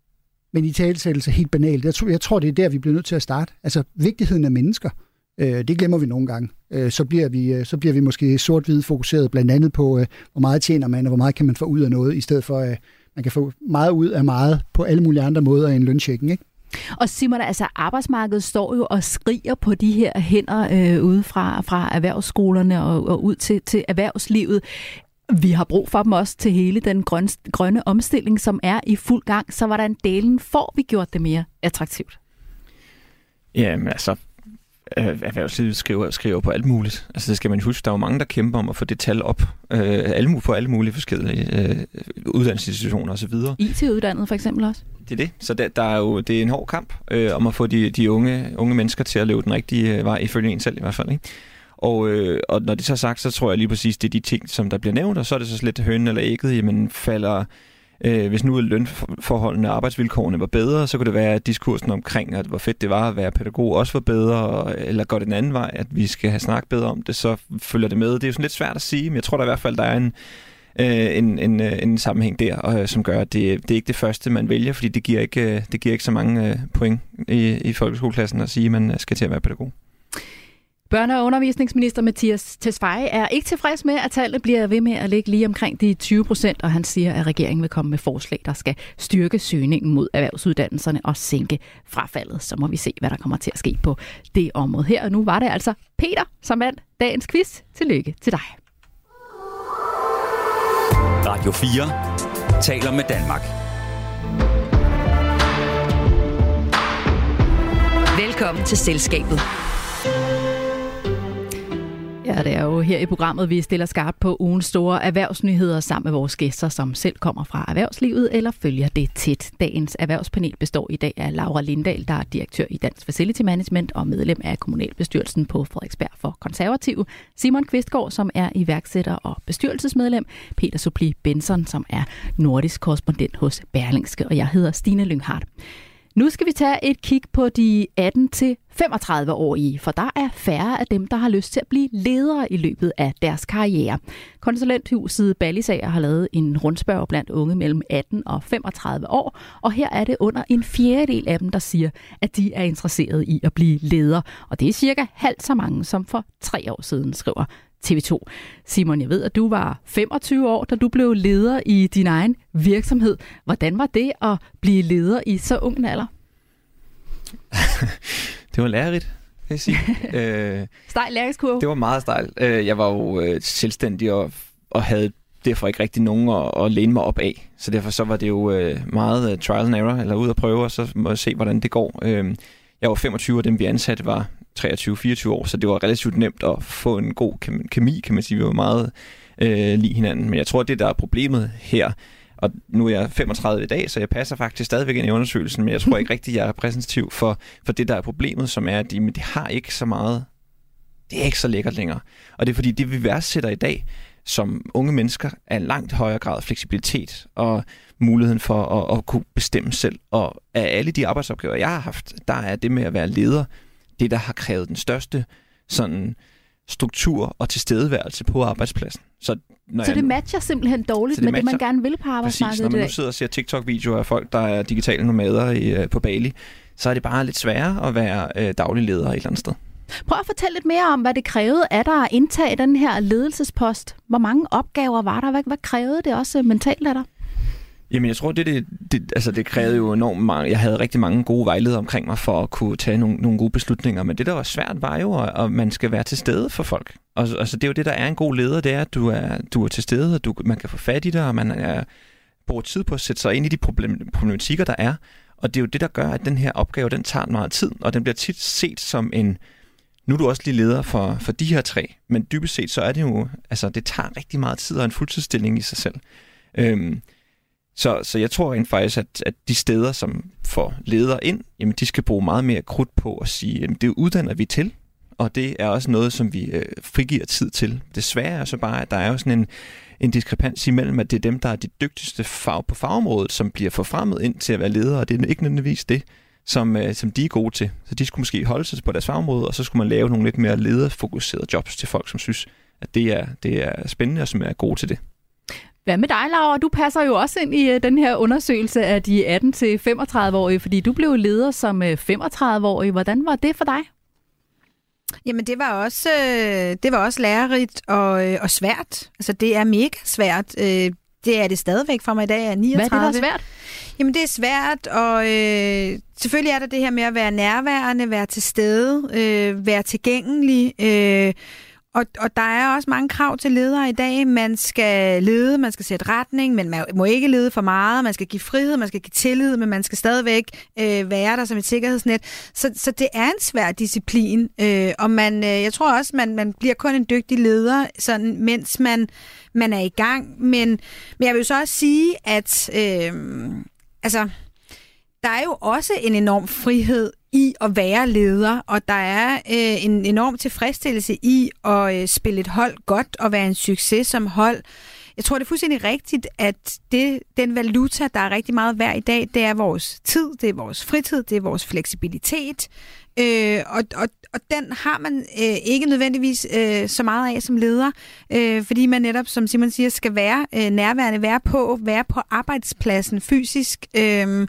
men italesættelse er helt banalt. Jeg tror, jeg tror, det er der, vi bliver nødt til at starte. Altså, vigtigheden af mennesker. Det glemmer vi nogle gange. Så bliver vi, så bliver vi måske sort-hvid fokuseret blandt andet på, hvor meget tjener man, og hvor meget kan man få ud af noget, i stedet for, at man kan få meget ud af meget på alle mulige andre måder end lønchecking, ikke? Og Simon, altså arbejdsmarkedet står jo og skriger på de her hænder øh, ude fra, fra erhvervsskolerne og, og ud til, til erhvervslivet. Vi har brug for dem også til hele den grønne, grønne omstilling, som er i fuld gang. Så hvordan delen får vi gjort det mere attraktivt? Jamen altså, erhvervslivet skriver, skriver på alt muligt. Altså det skal man huske. Der er jo mange, der kæmper om at få det tal op øh, alle, på alle mulige forskellige øh, uddannelsesinstitutioner osv. I T-uddannet for eksempel også? Det er det. Så der, der er jo, det er en hård kamp øh, om at få de, de unge, unge mennesker til at løbe den rigtige vej, ifølge en selv i hvert fald, ikke? Og, øh, og når det så er sagt, så tror jeg lige præcis, det er de ting, som der bliver nævnt, og så er det så lidt hønen eller ægget, jamen falder... Øh, hvis nu lønforholdene og arbejdsvilkårene var bedre, så kunne det være, at diskursen omkring, at hvor fedt det var at være pædagog, også var bedre, eller går det den anden vej, at vi skal have snakket bedre om det, så følger det med. Det er jo sådan lidt svært at sige, men jeg tror der i hvert fald, der er en, øh, en, en, en sammenhæng der, øh, som gør, at det, det er ikke det første, man vælger, fordi det giver ikke, det giver ikke så mange øh, point i, i folkeskoleklassen at sige, at man skal til at være pædagog. Børne- og undervisningsminister Mattias Tesfaye er ikke tilfreds med, at tallet bliver ved med at ligge lige omkring de tyve procent, og han siger, at regeringen vil komme med forslag, der skal styrke søgningen mod erhvervsuddannelserne og sænke frafaldet. Så må vi se, hvad der kommer til at ske på det område her. Og nu var det altså Peter, som vandt dagens quiz. Tillykke til dig. Radio fire taler med Danmark. Velkommen til Selskabet. Ja, det er jo her i programmet, vi stiller skarpt på ugens store erhvervsnyheder sammen med vores gæster, som selv kommer fra erhvervslivet eller følger det tæt. Dagens erhvervspanel består i dag af Laura Lindahl, der er direktør i Dansk Facility Management og medlem af kommunalbestyrelsen på Frederiksberg for Konservative. Simon Kvistgaard, som er iværksætter og bestyrelsesmedlem. Peter Supli Benson, som er nordisk korrespondent hos Berlingske. Og jeg hedder Stine Lynghardt. Nu skal vi tage et kig på de atten til femogtredive-årige, for der er færre af dem, der har lyst til at blive ledere i løbet af deres karriere. Konsulenthuset Ballisager har lavet en rundspørg blandt unge mellem atten og femogtredive år, og her er det under en fjerdedel af dem, der siger, at de er interesserede i at blive leder. Og det er cirka halvt så mange som for tre år siden, skriver T V to. Simon, jeg ved, at du var femogtyve år, da du blev leder i din egen virksomhed. Hvordan var det at blive leder i så ung en alder? Det var lærerigt. vil jeg sige. øh, Stejl læringskurve. Det var meget stejl. Jeg var jo øh, selvstændig og, og havde derfor ikke rigtig nogen at, at læne mig op af. Så derfor så var det jo øh, meget uh, trial and error, eller ud at prøve, og så må jeg se, hvordan det går. Øh, jeg var femogtyve, og dem vi ansatte var treogtyve fireogtyve år, så det var relativt nemt at få en god kemi, kan man sige. Vi var meget øh, lige hinanden. Men jeg tror, det der er problemet her, og nu er jeg femogtredive i dag, så jeg passer faktisk stadigvæk ind i undersøgelsen, men jeg tror ikke rigtig, jeg er repræsentativ for, for det, der er problemet, som er, at de, men det har ikke så meget, det er ikke så lækkert længere. Og det er fordi, det vi værdsætter i dag, som unge mennesker, er en langt højere grad af fleksibilitet og muligheden for at, at kunne bestemme selv. Og af alle de arbejdsopgaver, jeg har haft, der er det med at være leder, det der har krævet den største sådan struktur og tilstedeværelse på arbejdspladsen. Så, når så jeg, det matcher simpelthen dårligt det med matcher, det, man gerne vil på arbejdsmarkedet? Præcis, når man nu sidder og ser TikTok-videoer af folk, der er digitale nomader i, på Bali, så er det bare lidt sværere at være øh, daglig leder et eller andet sted. Prøv at fortælle lidt mere om, hvad det krævede af dig at indtage den her ledelsespost. Hvor mange opgaver var der? Hvad, hvad krævede det også mentalt af dig? Jamen, jeg tror, det, det, det, altså, det krævede jo enormt mange. Jeg havde rigtig mange gode vejledere omkring mig for at kunne tage nogle, nogle gode beslutninger. Men det, der var svært, var jo, at, at man skal være til stede for folk. Og, altså, det er jo det, der er en god leder. Det er, at du er, du er til stede, og du, man kan få fat i dig, og man er, bruger tid på at sætte sig ind i de problem, problematikker, der er. Og det er jo det, der gør, at den her opgave, den tager meget tid. Og den bliver tit set som en... Nu er du også lige leder for, for de her tre. Men dybest set, så er det jo... Altså, det tager rigtig meget tid og en fuldtidsstilling i sig selv. Øhm, Så, så jeg tror rent faktisk, at, at de steder, som får ledere ind, jamen de skal bruge meget mere krudt på at sige, at det uddanner vi til, og det er også noget, som vi øh, frigiver tid til. Desværre er så bare, at der er jo sådan en, en diskrepans imellem, at det er dem, der er de dygtigste fag på fagområdet, som bliver forfremmet ind til at være ledere, og det er ikke nødvendigvis det, som, øh, som de er gode til. Så de skulle måske holde sig på deres fagområde, og så skulle man lave nogle lidt mere lederfokuserede jobs til folk, som synes, at det er, det er spændende, og som er gode til det. Hvad med dig, Laura? Du passer jo også ind i den her undersøgelse af de atten til femogtredive-årige, fordi du blev leder som femogtredive-årig. Hvordan var det for dig? Jamen, det var også, det var også lærerigt og, og svært. Altså, det er mega svært. Det er det stadigvæk for mig i dag. Jeg er niogtredive. Hvad er det, der er svært? Jamen, det er svært, og øh, selvfølgelig er der det her med at være nærværende, være til stede, øh, være tilgængelig, øh, Og, og der er også mange krav til ledere i dag. Man skal lede, man skal sætte retning, men man må ikke lede for meget. Man skal give frihed, man skal give tillid, men man skal stadigvæk øh, være der som et sikkerhedsnet. Så, så det er en svær disciplin. Øh, og man, øh, jeg tror også, man, man bliver kun en dygtig leder, sådan, mens man, man er i gang. Men, men jeg vil så også sige, at øh, altså, der er jo også en enorm frihed i at være leder, og der er øh, en enorm tilfredsstillelse i at øh, spille et hold godt og være en succes som hold. Jeg tror, det er fuldstændig rigtigt, at det, den valuta, der er rigtig meget værd i dag, det er vores tid, det er vores fritid, det er vores fleksibilitet, øh, og, og, og den har man øh, ikke nødvendigvis øh, så meget af som leder, øh, fordi man netop, som Simon siger, skal være øh, nærværende, være på, være på arbejdspladsen fysisk, øh,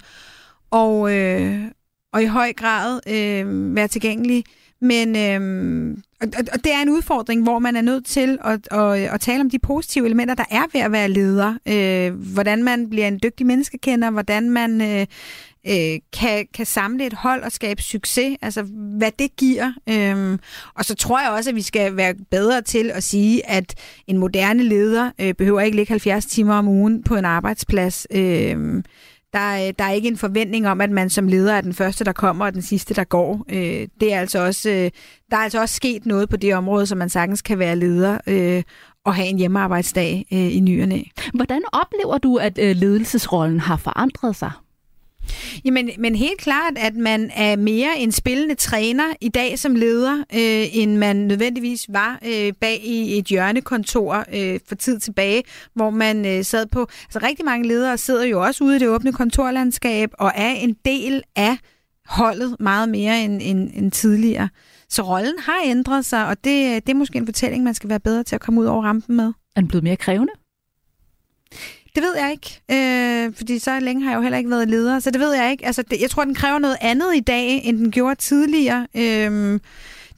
og... Øh, og i høj grad øh, være tilgængelig. Men øh, og, og det er en udfordring, hvor man er nødt til at, at, at tale om de positive elementer, der er ved at være leder. Øh, hvordan man bliver en dygtig menneskekender, hvordan man øh, øh, kan, kan samle et hold og skabe succes, altså hvad det giver. Øh, og så tror jeg også, at vi skal være bedre til at sige, at en moderne leder øh, behøver ikke ligge halvfjerds timer om ugen på en arbejdsplads. Øh, Der, der er ikke en forventning om, at man som leder er den første, der kommer, og den sidste, der går. Øh, det er altså også, øh, der er altså også sket noget på det område, så man sagtens kan være leder øh, og have en hjemmearbejdsdag øh, i ny og næ. Hvordan oplever du, at øh, ledelsesrollen har forandret sig? Jamen, men helt klart, at man er mere en spillende træner i dag som leder, øh, end man nødvendigvis var øh, bag i et hjørnekontor øh, for tid tilbage, hvor man øh, sad på. Altså rigtig mange ledere sidder jo også ude i det åbne kontorlandskab og er en del af holdet meget mere end, end, end tidligere. Så rollen har ændret sig, og det, det er måske en fortælling, man skal være bedre til at komme ud over rampen med. Er den blevet mere krævende? Det ved jeg ikke, øh, fordi så længe har jeg jo heller ikke været leder, så det ved jeg ikke. Altså, det, jeg tror, den kræver noget andet i dag, end den gjorde tidligere. Øh,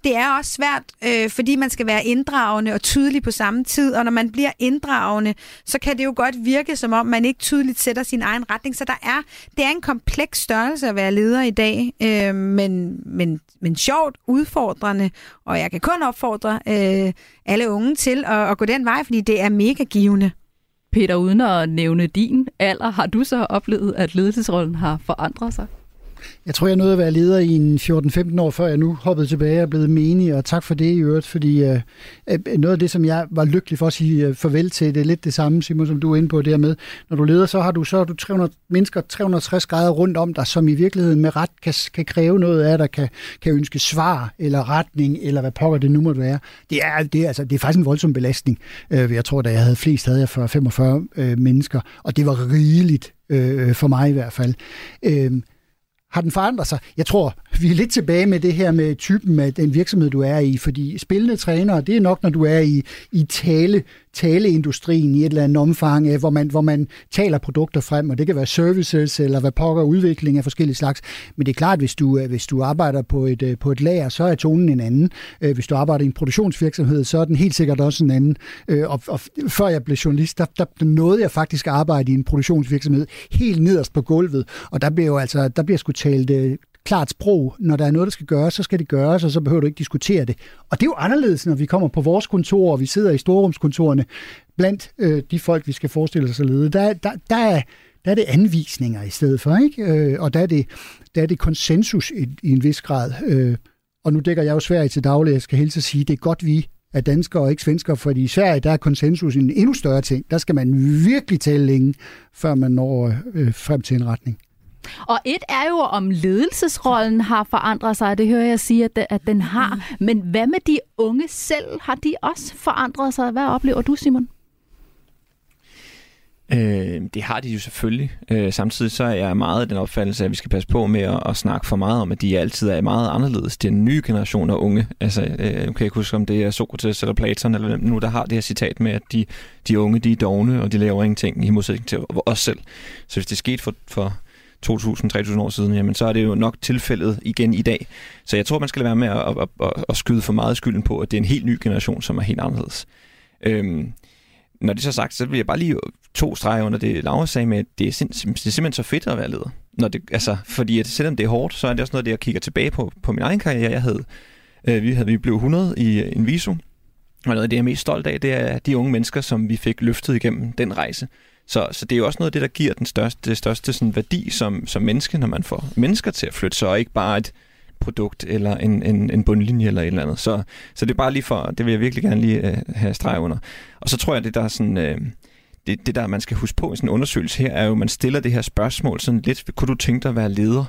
det er også svært, øh, fordi man skal være inddragende og tydelig på samme tid, og når man bliver inddragende, så kan det jo godt virke, som om man ikke tydeligt sætter sin egen retning. Så der er, det er en kompleks størrelse at være leder i dag, øh, men, men, men sjovt, udfordrende, og jeg kan kun opfordre øh, alle unge til at, at gå den vej, fordi det er mega givende. Peter, uden at nævne din alder, har du så oplevet, at ledelsesrollen har forandret sig? Jeg tror, jeg nåede at være leder i en fjorten femten år, før jeg nu hoppede tilbage og er blevet menig, og tak for det i øvrigt, fordi øh, noget af det, som jeg var lykkelig for at sige øh, farvel til, det er lidt det samme, Simon, som du er inde på dermed. Når du leder, så har du, så har du tre hundrede mennesker tre hundrede og tres grader rundt om dig, som i virkeligheden med ret kan, kan kræve noget af dig, kan, kan ønske svar eller retning, eller hvad pokker det nu måtte være. Det er, det er, altså, det er faktisk en voldsom belastning. Øh, jeg tror, da jeg havde flest, havde jeg fyrre til femogfyrre øh, mennesker, og det var rigeligt øh, for mig i hvert fald. Øh, Har den forandret sig? Jeg tror, vi er lidt tilbage med det her med typen af den virksomhed, du er i, fordi spillende trænere, det er nok, når du er i, i tale, taleindustrien i et eller andet omfang, hvor man, hvor man taler produkter frem, og det kan være services, eller hvad pokker udvikling af forskellige slags. Men det er klart, hvis du, hvis du arbejder på et, på et lager, så er tonen en anden. Hvis du arbejder i en produktionsvirksomhed, så er den helt sikkert også en anden. Og, og før jeg blev journalist, der, der nåede jeg faktisk at arbejde i en produktionsvirksomhed helt nederst på gulvet, og der bliver jo altså, der bliver sgu talt klart sprog. Når der er noget, der skal gøres, så skal det gøres, og så behøver du ikke diskutere det. Og det er jo anderledes, når vi kommer på vores kontor, og vi sidder i storrumskontorene blandt øh, de folk, vi skal forestille os at lede. Der, der, der, er, der er det anvisninger i stedet for, ikke? Øh, og der er, det, der er det konsensus i, i en vis grad. Øh, og nu dækker jeg jo Sverige til daglig, jeg skal helst sige, det er godt, vi er danskere og ikke svenskere, fordi i Sverige, der er konsensus en endnu større ting. Der skal man virkelig tale længe, før man når øh, frem til en retning. Og et er jo, om ledelsesrollen har forandret sig, det hører jeg sige, at, det, at den har. Men hvad med de unge selv? Har de også forandret sig? Hvad oplever du, Simon? Øh, det har de jo selvfølgelig. Øh, samtidig så er jeg meget af den opfattelse, at vi skal passe på med at, at snakke for meget om, at de altid er meget anderledes. Det er en ny generation af unge. Altså, øh, kan jeg ikke huske, om det er Sokrates eller Platon, eller nu der har det her citat med, at de, de unge, de er dovne, og de laver ingenting i modsætning til os selv. Så hvis det skete for... for to tusind til tre tusind år siden, jamen, så er det jo nok tilfældet igen i dag. Så jeg tror, man skal lade være med at, at, at, at skyde for meget skylden på, at det er en helt ny generation, som er helt anderledes. Øhm, når det så er sagt, så vil jeg bare lige to streger under det, Laura sagde med, at det er, simp- det er simpelthen så fedt at være leder. Når det, altså, fordi at selvom det er hårdt, så er det også noget, det jeg kigger tilbage på, på min egen karriere. Jeg havde, øh, vi, havde, vi blev hundrede i Inviso, og noget af det, jeg er mest stolt af, det er de unge mennesker, som vi fik løftet igennem den rejse. Så, så det er jo også noget af det, der giver den største, det største sådan, værdi som, som menneske, når man får mennesker til at flytte, så ikke bare et produkt eller en, en, en bundlinje eller et eller andet. Så, så det er bare lige for, det vil jeg virkelig gerne lige uh, have streg under. Og så tror jeg, det der er sådan, uh, det, det der man skal huske på i sådan en undersøgelse her, er jo, at man stiller det her spørgsmål sådan lidt, kunne du tænke dig at være leder?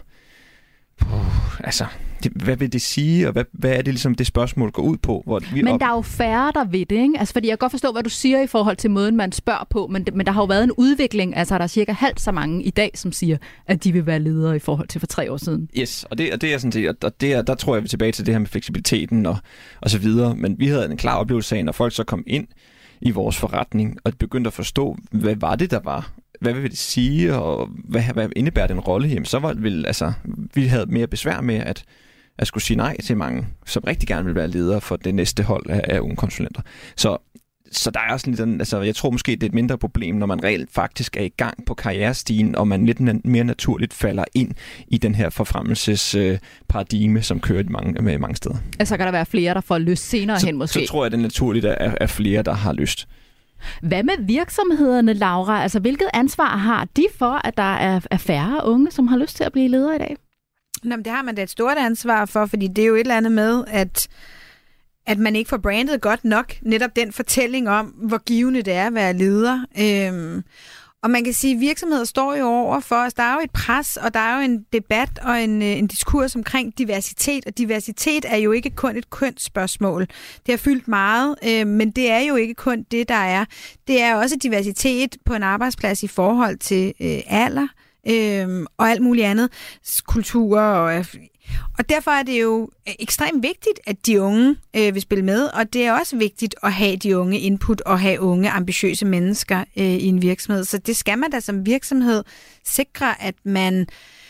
Puh, altså, det, hvad vil det sige, og hvad, hvad er det ligesom, det spørgsmål går ud på? Hvor vi men op... der er jo færre, der ved det, ikke? Altså, fordi jeg kan godt forstå, hvad du siger i forhold til måden, man spørger på, men, men der har jo været en udvikling, altså der er cirka halvt så mange i dag, som siger, at de vil være ledere i forhold til for tre år siden. Yes, og det, og det er sådan set, og det er, der tror jeg, vi er tilbage til det her med fleksibiliteten og, og så videre, men vi havde en klar oplevelse af, når folk så kom ind i vores forretning, og begyndte at forstå, hvad var det, der var? Hvad vil det sige, og hvad, hvad indebærer den rolle? Jamen, så var vil, altså, vi havde mere besvær med at, at skulle sige nej til mange, som rigtig gerne vil være ledere for det næste hold af, af unge konsulenter. Så, så der er også lidt, altså, jeg tror måske, det er et mindre problem, når man reelt faktisk er i gang på karrierestigen, og man lidt na- mere naturligt falder ind i den her forfremmelsesparadigme, som kører mange, med mange steder. Altså kan der være flere, der får lyst senere så, hen måske? Så tror jeg, det er naturligt, at er flere, der har lyst. Hvad med virksomhederne, Laura? Altså, hvilket ansvar har de for, at der er, er færre unge, som har lyst til at blive ledere i dag? Nå, men det har man da et stort ansvar for, fordi det er jo et eller andet med, at, at man ikke får brandet godt nok netop den fortælling om, hvor givende det er at være leder. Øhm, og man kan sige, at virksomheder står jo over for os. Der er jo et pres, og der er jo en debat og en, en diskurs omkring diversitet, og diversitet er jo ikke kun et kønsspørgsmål. Det har fyldt meget, øh, men det er jo ikke kun det, der er. Det er også diversitet på en arbejdsplads i forhold til øh, alder øh, og alt muligt andet, kultur og... Og derfor er det jo ekstremt vigtigt, at de unge øh, vil spille med, og det er også vigtigt at have de unge input og have unge, ambitiøse mennesker øh, i en virksomhed. Så det skal man da som virksomhed sikre, at man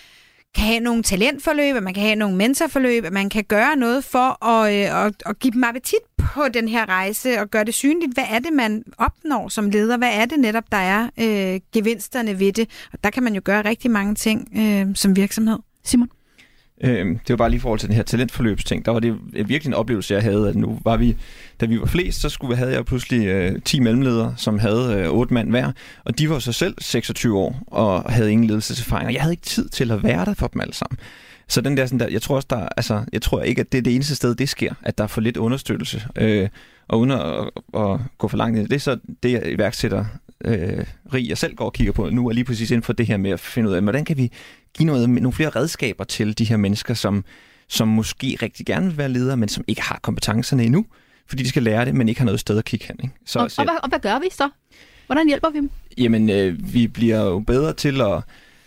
kan have nogle talentforløb, at man kan have nogle mentorforløb, at man kan gøre noget for at, øh, at, at give dem appetit på den her rejse og gøre det synligt. Hvad er det, man opnår som leder? Hvad er det netop, der er øh, gevinsterne ved det? Og der kan man jo gøre rigtig mange ting øh, som virksomhed. Simon? Øhm, det var bare lige i forhold til den her talentforløbsting. Der var det virkelig en oplevelse, jeg havde, at nu var vi, da vi var flest, så skulle, havde jeg pludselig øh, ti mellemledere, som havde øh, otte mand hver, og de var så selv seksogtyve år og havde ingen ledelseserfaring, og jeg havde ikke tid til at være der for dem alle sammen. Så den der, sådan der, jeg tror også, der, altså, jeg tror ikke, at det er det eneste sted, det sker, at der er for lidt understøttelse. Øh, og uden at, at, at gå for langt ind, det er så det, jeg iværksætter øh, rig, jeg selv går og kigger på nu, er lige præcis inden for det her med at finde ud af, hvordan kan vi give noget, nogle flere redskaber til de her mennesker, som, som måske rigtig gerne vil være ledere, men som ikke har kompetencerne endnu, fordi de skal lære det, men ikke har noget sted at kigge hen. Ikke? Så, og, så, og, hvad, og hvad gør vi så? Hvordan hjælper vi dem? Jamen, øh, vi bliver jo bedre til at,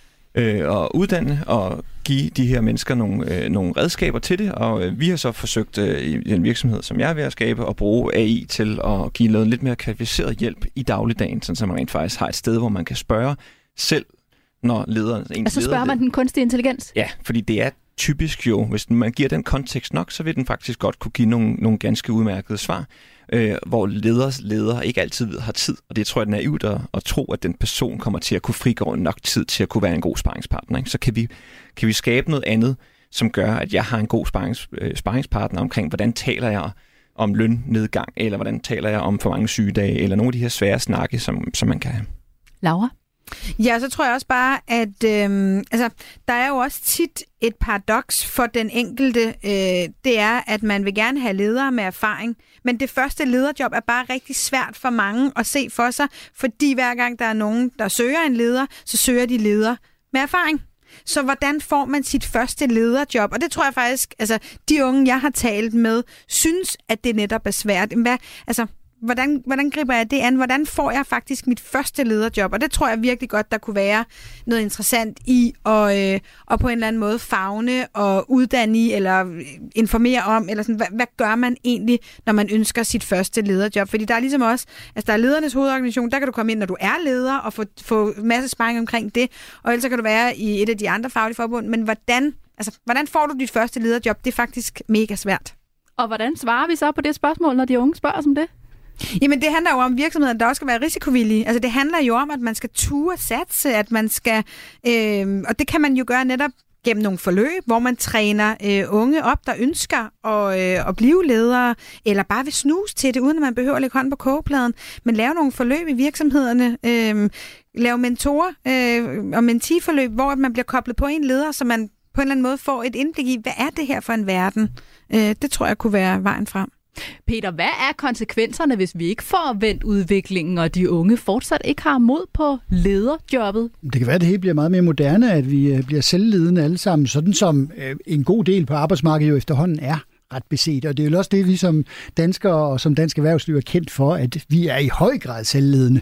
øh, at uddanne og give de her mennesker nogle, øh, nogle redskaber til det, og øh, vi har så forsøgt øh, i en virksomhed, som jeg er ved at skabe, at bruge A I til at give noget lidt mere kvalificeret hjælp i dagligdagen, så man rent faktisk har et sted, hvor man kan spørge selv, når lederen... Altså spørger man den kunstige intelligens? Ja, fordi det er typisk jo, hvis man giver den kontekst nok, så vil den faktisk godt kunne give nogle, nogle ganske udmærkede svar, øh, hvor leders leder ikke altid har tid, og det tror jeg er naivt at, at tro, at den person kommer til at kunne frigøre nok tid til at kunne være en god sparringspartner. Ikke? Så kan vi, kan vi skabe noget andet, som gør, at jeg har en god sparrings, øh, sparringspartner omkring, hvordan taler jeg om lønnedgang, eller hvordan taler jeg om for mange sygedage, eller nogle af de her svære snakke, som, som man kan have. Laura? Ja, så tror jeg også bare, at øhm, altså, der er jo også tit et paradoks for den enkelte. Øh, det er, at man vil gerne have ledere med erfaring, men det første lederjob er bare rigtig svært for mange at se for sig, fordi hver gang der er nogen, der søger en leder, så søger de leder med erfaring. Så hvordan får man sit første lederjob? Og det tror jeg faktisk, altså de unge, jeg har talt med, synes, at det netop er svært. Hvad, altså... Hvordan, hvordan griber jeg det an? Hvordan får jeg faktisk mit første lederjob? Og det tror jeg virkelig godt, der kunne være noget interessant i at øh, og på en eller anden måde favne og uddanne i, eller informere om, eller sådan, hvad, hvad gør man egentlig, når man ønsker sit første lederjob? Fordi der er ligesom også, altså der er ledernes hovedorganisation, der kan du komme ind, når du er leder, og få, få masse sparring omkring det, og ellers kan du være i et af de andre faglige forbund, men hvordan, altså, hvordan får du dit første lederjob? Det er faktisk mega svært. Og hvordan svarer vi så på det spørgsmål, når de unge spørger os om det? Jamen, det handler jo om virksomheden, der også skal være risikovillige. Altså, det handler jo om, at man skal ture satse, at man skal... Øh, og det kan man jo gøre netop gennem nogle forløb, hvor man træner øh, unge op, der ønsker at, øh, at blive ledere, eller bare vil snuse til det, uden at man behøver at lægge hånden på kogepladen, men lave nogle forløb i virksomhederne, øh, lave mentorer øh, og mentiforløb, hvor man bliver koblet på en leder, så man på en eller anden måde får et indblik i, hvad er det her for en verden? Øh, det tror jeg kunne være vejen frem. Peter, hvad er konsekvenserne, hvis vi ikke får vendt udviklingen, og de unge fortsat ikke har mod på lederjobbet? Det kan være, at det hele bliver meget mere moderne, at vi bliver selvledende alle sammen, sådan som en god del på arbejdsmarkedet jo efterhånden er ret beset. Og det er jo også det, vi som danskere og som dansk erhvervsliv er kendt for, at vi er i høj grad selvledende.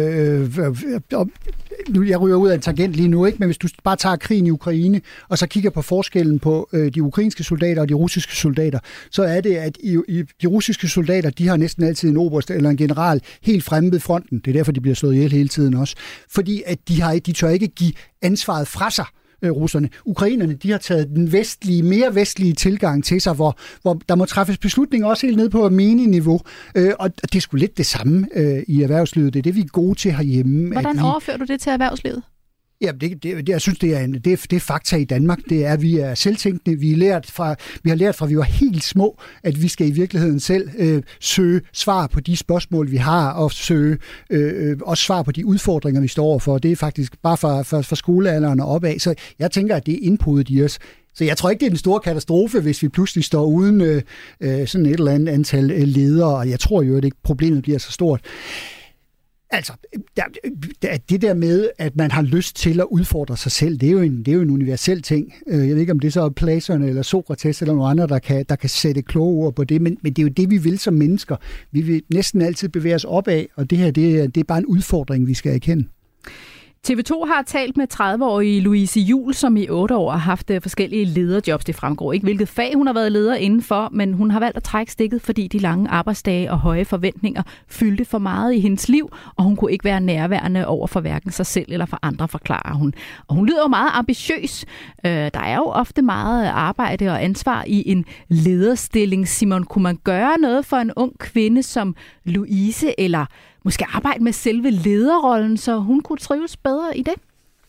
Øh, og nu, jeg ryger ud af en tangent lige nu, ikke? Men hvis du bare tager krigen i Ukraine, og så kigger på forskellen på øh, de ukrainske soldater og de russiske soldater, så er det, at i, i, de russiske soldater, de har næsten altid en oberst eller en general helt fremme ved fronten. Det er derfor, de bliver slået ihjel hele tiden også. Fordi at de, har, de tør ikke give ansvaret fra sig. Russerne. Ukrainerne, de har taget den vestlige, mere vestlige tilgang til sig, hvor, hvor der må træffes beslutninger også helt ned på menige-niveau. Øh, og det er sgu lidt det samme øh, i erhvervslivet. Det er det, vi er gode til herhjemme. Hvordan vi... overfører du det til erhvervslivet? Ja, det, det, det, jeg synes, det er, en, det, er, det er fakta i Danmark. Det er, at vi er selvtænkende. Vi, er lært fra, vi har lært fra, at vi var helt små, at vi skal i virkeligheden selv øh, søge svar på de spørgsmål, vi har, og søge øh, også svar på de udfordringer, vi står overfor. Det er faktisk bare fra, fra, fra skolealderen og opad. Så jeg tænker, at det er indpodet i os. Så jeg tror ikke, det er en stor katastrofe, hvis vi pludselig står uden øh, sådan et eller andet antal ledere, og jeg tror jo, at ikke problemet bliver så stort. Altså, det der med, at man har lyst til at udfordre sig selv, det er jo en, det er jo en universel ting. Jeg ved ikke, om det så er Platon eller Sokrates eller nogle andre, der kan, der kan sætte kloge ord på det, men, men det er jo det, vi vil som mennesker. Vi vil næsten altid bevæge os opad, og det her, det er, det er bare en udfordring, vi skal erkende. T V to har talt med tredive-årige Louise Juhl, som i otte år har haft forskellige lederjobs. Det fremgår ikke, hvilket fag hun har været leder indenfor, men hun har valgt at trække stikket, fordi de lange arbejdsdage og høje forventninger fyldte for meget i hendes liv, og hun kunne ikke være nærværende over for hverken sig selv eller for andre, forklarer hun. Og hun lyder jo meget ambitiøs. Øh, der er jo ofte meget arbejde og ansvar i en lederstilling. Simon, kunne man gøre noget for en ung kvinde som Louise, eller måske arbejde med selve lederrollen, så hun kunne trives bedre i det?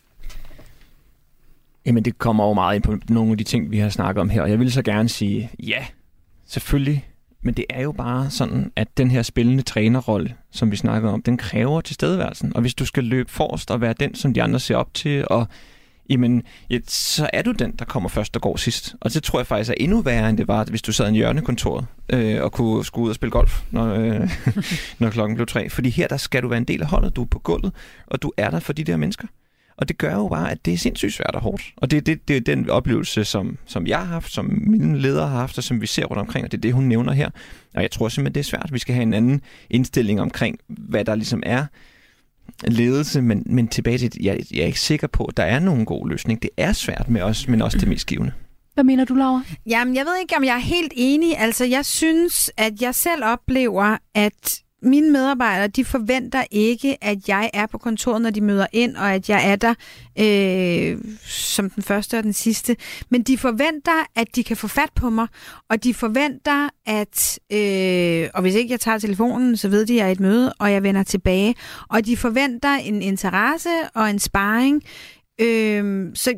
Jamen, det kommer jo meget ind på nogle af de ting, vi har snakket om her, og jeg vil så gerne sige, ja, selvfølgelig, men det er jo bare sådan, at den her spillende trænerrolle, som vi snakker om, den kræver tilstedeværelsen, og hvis du skal løbe forrest og være den, som de andre ser op til, og jamen, ja, så er du den, der kommer først og går sidst. Og det tror jeg faktisk er endnu værre, end det var, hvis du sad i en hjørnekontoret øh, og kunne skulle ud og spille golf, når, øh, når klokken blev tre. Fordi her, der skal du være en del af holdet, du er på gulvet, og du er der for de der mennesker. Og det gør jo bare, at det er sindssygt svært og hårdt. Og det, det, det er den oplevelse, som, som jeg har haft, som mine ledere har haft, og som vi ser rundt omkring, og det er det, hun nævner her. Og jeg tror simpelthen, det er svært. Vi skal have en anden indstilling omkring, hvad der ligesom er ledelse, men, men tilbage til, jeg, jeg er ikke sikker på, at der er nogen god løsning. Det er svært med os, men også det mest givende. Hvad mener du, Laura? Jamen, jeg ved ikke, om jeg er helt enig. Altså, jeg synes, at jeg selv oplever, at mine medarbejdere, de forventer ikke, at jeg er på kontoret, når de møder ind, og at jeg er der øh, som den første og den sidste. Men de forventer, at de kan få fat på mig, og de forventer, at, øh, og hvis ikke jeg tager telefonen, så ved de, at jeg er i et møde, og jeg vender tilbage. Og de forventer en interesse og en sparring. Øh, så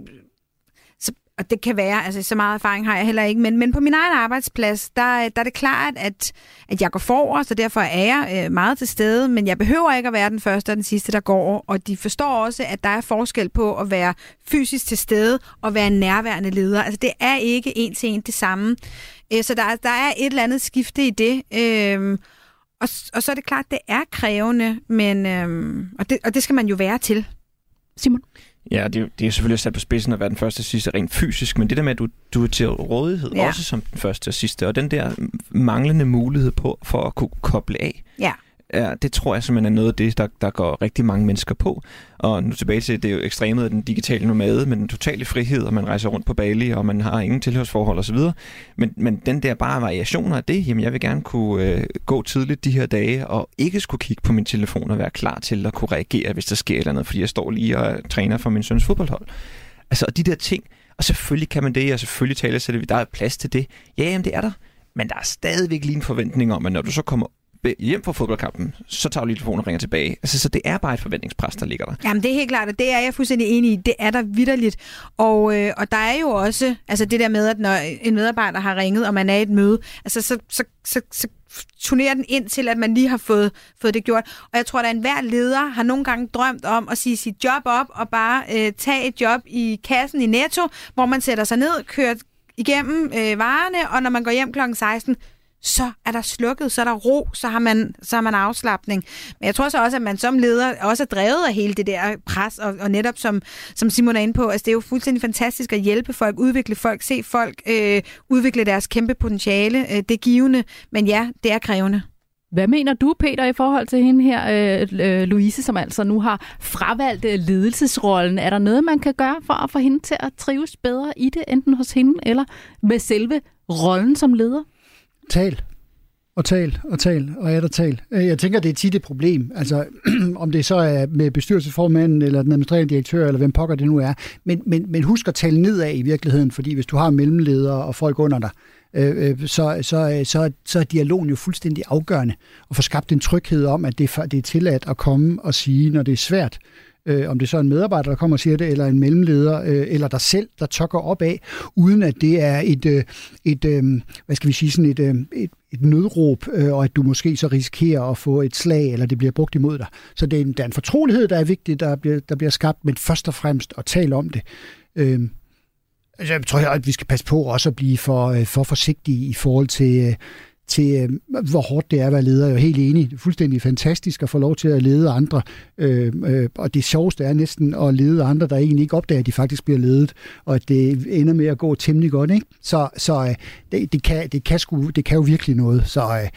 Og det kan være, altså så meget erfaring har jeg heller ikke, men, men på min egen arbejdsplads, der, der er det klart, at, at jeg går forrest, og derfor er jeg øh, meget til stede, men jeg behøver ikke at være den første og den sidste, der går, og de forstår også, at der er forskel på at være fysisk til stede og være en nærværende leder. Altså det er ikke en til en det samme. Øh, så der, der er et eller andet skifte i det, øh, og, og så er det klart, at det er krævende, men, øh, og, det, og det skal man jo være til. Simon? Ja, det er, det er selvfølgelig sat på spidsen at være den første og sidste rent fysisk, men det der med, at du, du er til rådighed, ja. Også som den første og sidste, og den der manglende mulighed på for at kunne koble af, ja. Ja, det tror jeg simpelthen er noget af det, der, der går rigtig mange mennesker på. Og nu tilbage til, det er jo ekstremet af den digitale nomade, med den totale frihed, og man rejser rundt på Bali, og man har ingen tilhørsforhold osv. Men, men den der bare variationer af det, jamen jeg vil gerne kunne øh, gå tidligt de her dage, og ikke skulle kigge på min telefon og være klar til at kunne reagere, hvis der sker et eller andet, fordi jeg står lige og træner for min søns fodboldhold. Altså, og de der ting, og selvfølgelig kan man det, og selvfølgelig tale sig det, der er plads til det. Ja, jamen det er der. Men der er stadigvæk lige en forventning om, at når du så kommer hjem fra fodboldkampen, så tager du lige telefonen og ringer tilbage. Altså, så det er bare et forventningspres, der ligger der. Jamen, det er helt klart, og det er jeg fuldstændig enig i. Det er der vitterligt. Og, øh, og der er jo også altså det der med, at når en medarbejder har ringet, og man er i et møde, altså så, så, så, så turnerer den ind til, at man lige har fået, fået det gjort. Og jeg tror, at enhver leder har nogle gange drømt om at sige sit job op, og bare øh, tage et job i kassen i Netto, hvor man sætter sig ned, kører igennem øh, varerne, og når man går hjem klokken seksten, så er der slukket, så er der ro, så har man, så har man afslapning. Men jeg tror så også, at man som leder også er drevet af hele det der pres, og, og netop som, som Simon er inde på, altså det er jo fuldstændig fantastisk at hjælpe folk, udvikle folk, se folk øh, udvikle deres kæmpe potentiale. Øh, det er givende, men ja, det er krævende. Hvad mener du, Peter, i forhold til hende her, øh, øh, Louise, som altså nu har fravalgt øh, ledelsesrollen? Er der noget, man kan gøre for at få hende til at trives bedre i det, enten hos hende eller med selve rollen som leder? Tal. Og tal, og tal, og er der tal. Jeg tænker, det er tit et problem. Altså, om det så er med bestyrelsesformanden, eller den administrerende direktør, eller hvem pokker det nu er. Men, men, men husk at tale nedad i virkeligheden, fordi hvis du har mellemledere og folk under dig, øh, så, så, så, så er dialogen jo fuldstændig afgørende. Og få skabt en tryghed om, at det er, det er tilladt at komme og sige, når det er svært. Øh, om det så er en medarbejder, der kommer og siger det, eller en mellemleder, øh, eller dig selv, der tokker op af, uden at det er et, øh, et øh, hvad skal vi sige, sådan et, øh, et, et nødråb, øh, og at du måske så risikerer at få et slag, eller det bliver brugt imod dig. Så det er en, der er en fortrolighed, der er vigtig, der bliver, der bliver skabt, men først og fremmest at tale om det. Øh, altså, jeg tror, at vi skal passe på også at blive for, for forsigtige i forhold til øh, til øh, hvor hårdt det er at være leder. Jeg er jo helt enig. Det er fuldstændig fantastisk at få lov til at lede andre. Øh, øh, og det sjoveste er næsten at lede andre, der egentlig ikke opdager, at de faktisk bliver ledet, og at det ender med at gå temmelig godt. Ikke? Så, så øh, det, det, kan, det, kan sgu, det kan jo virkelig noget. Så øh,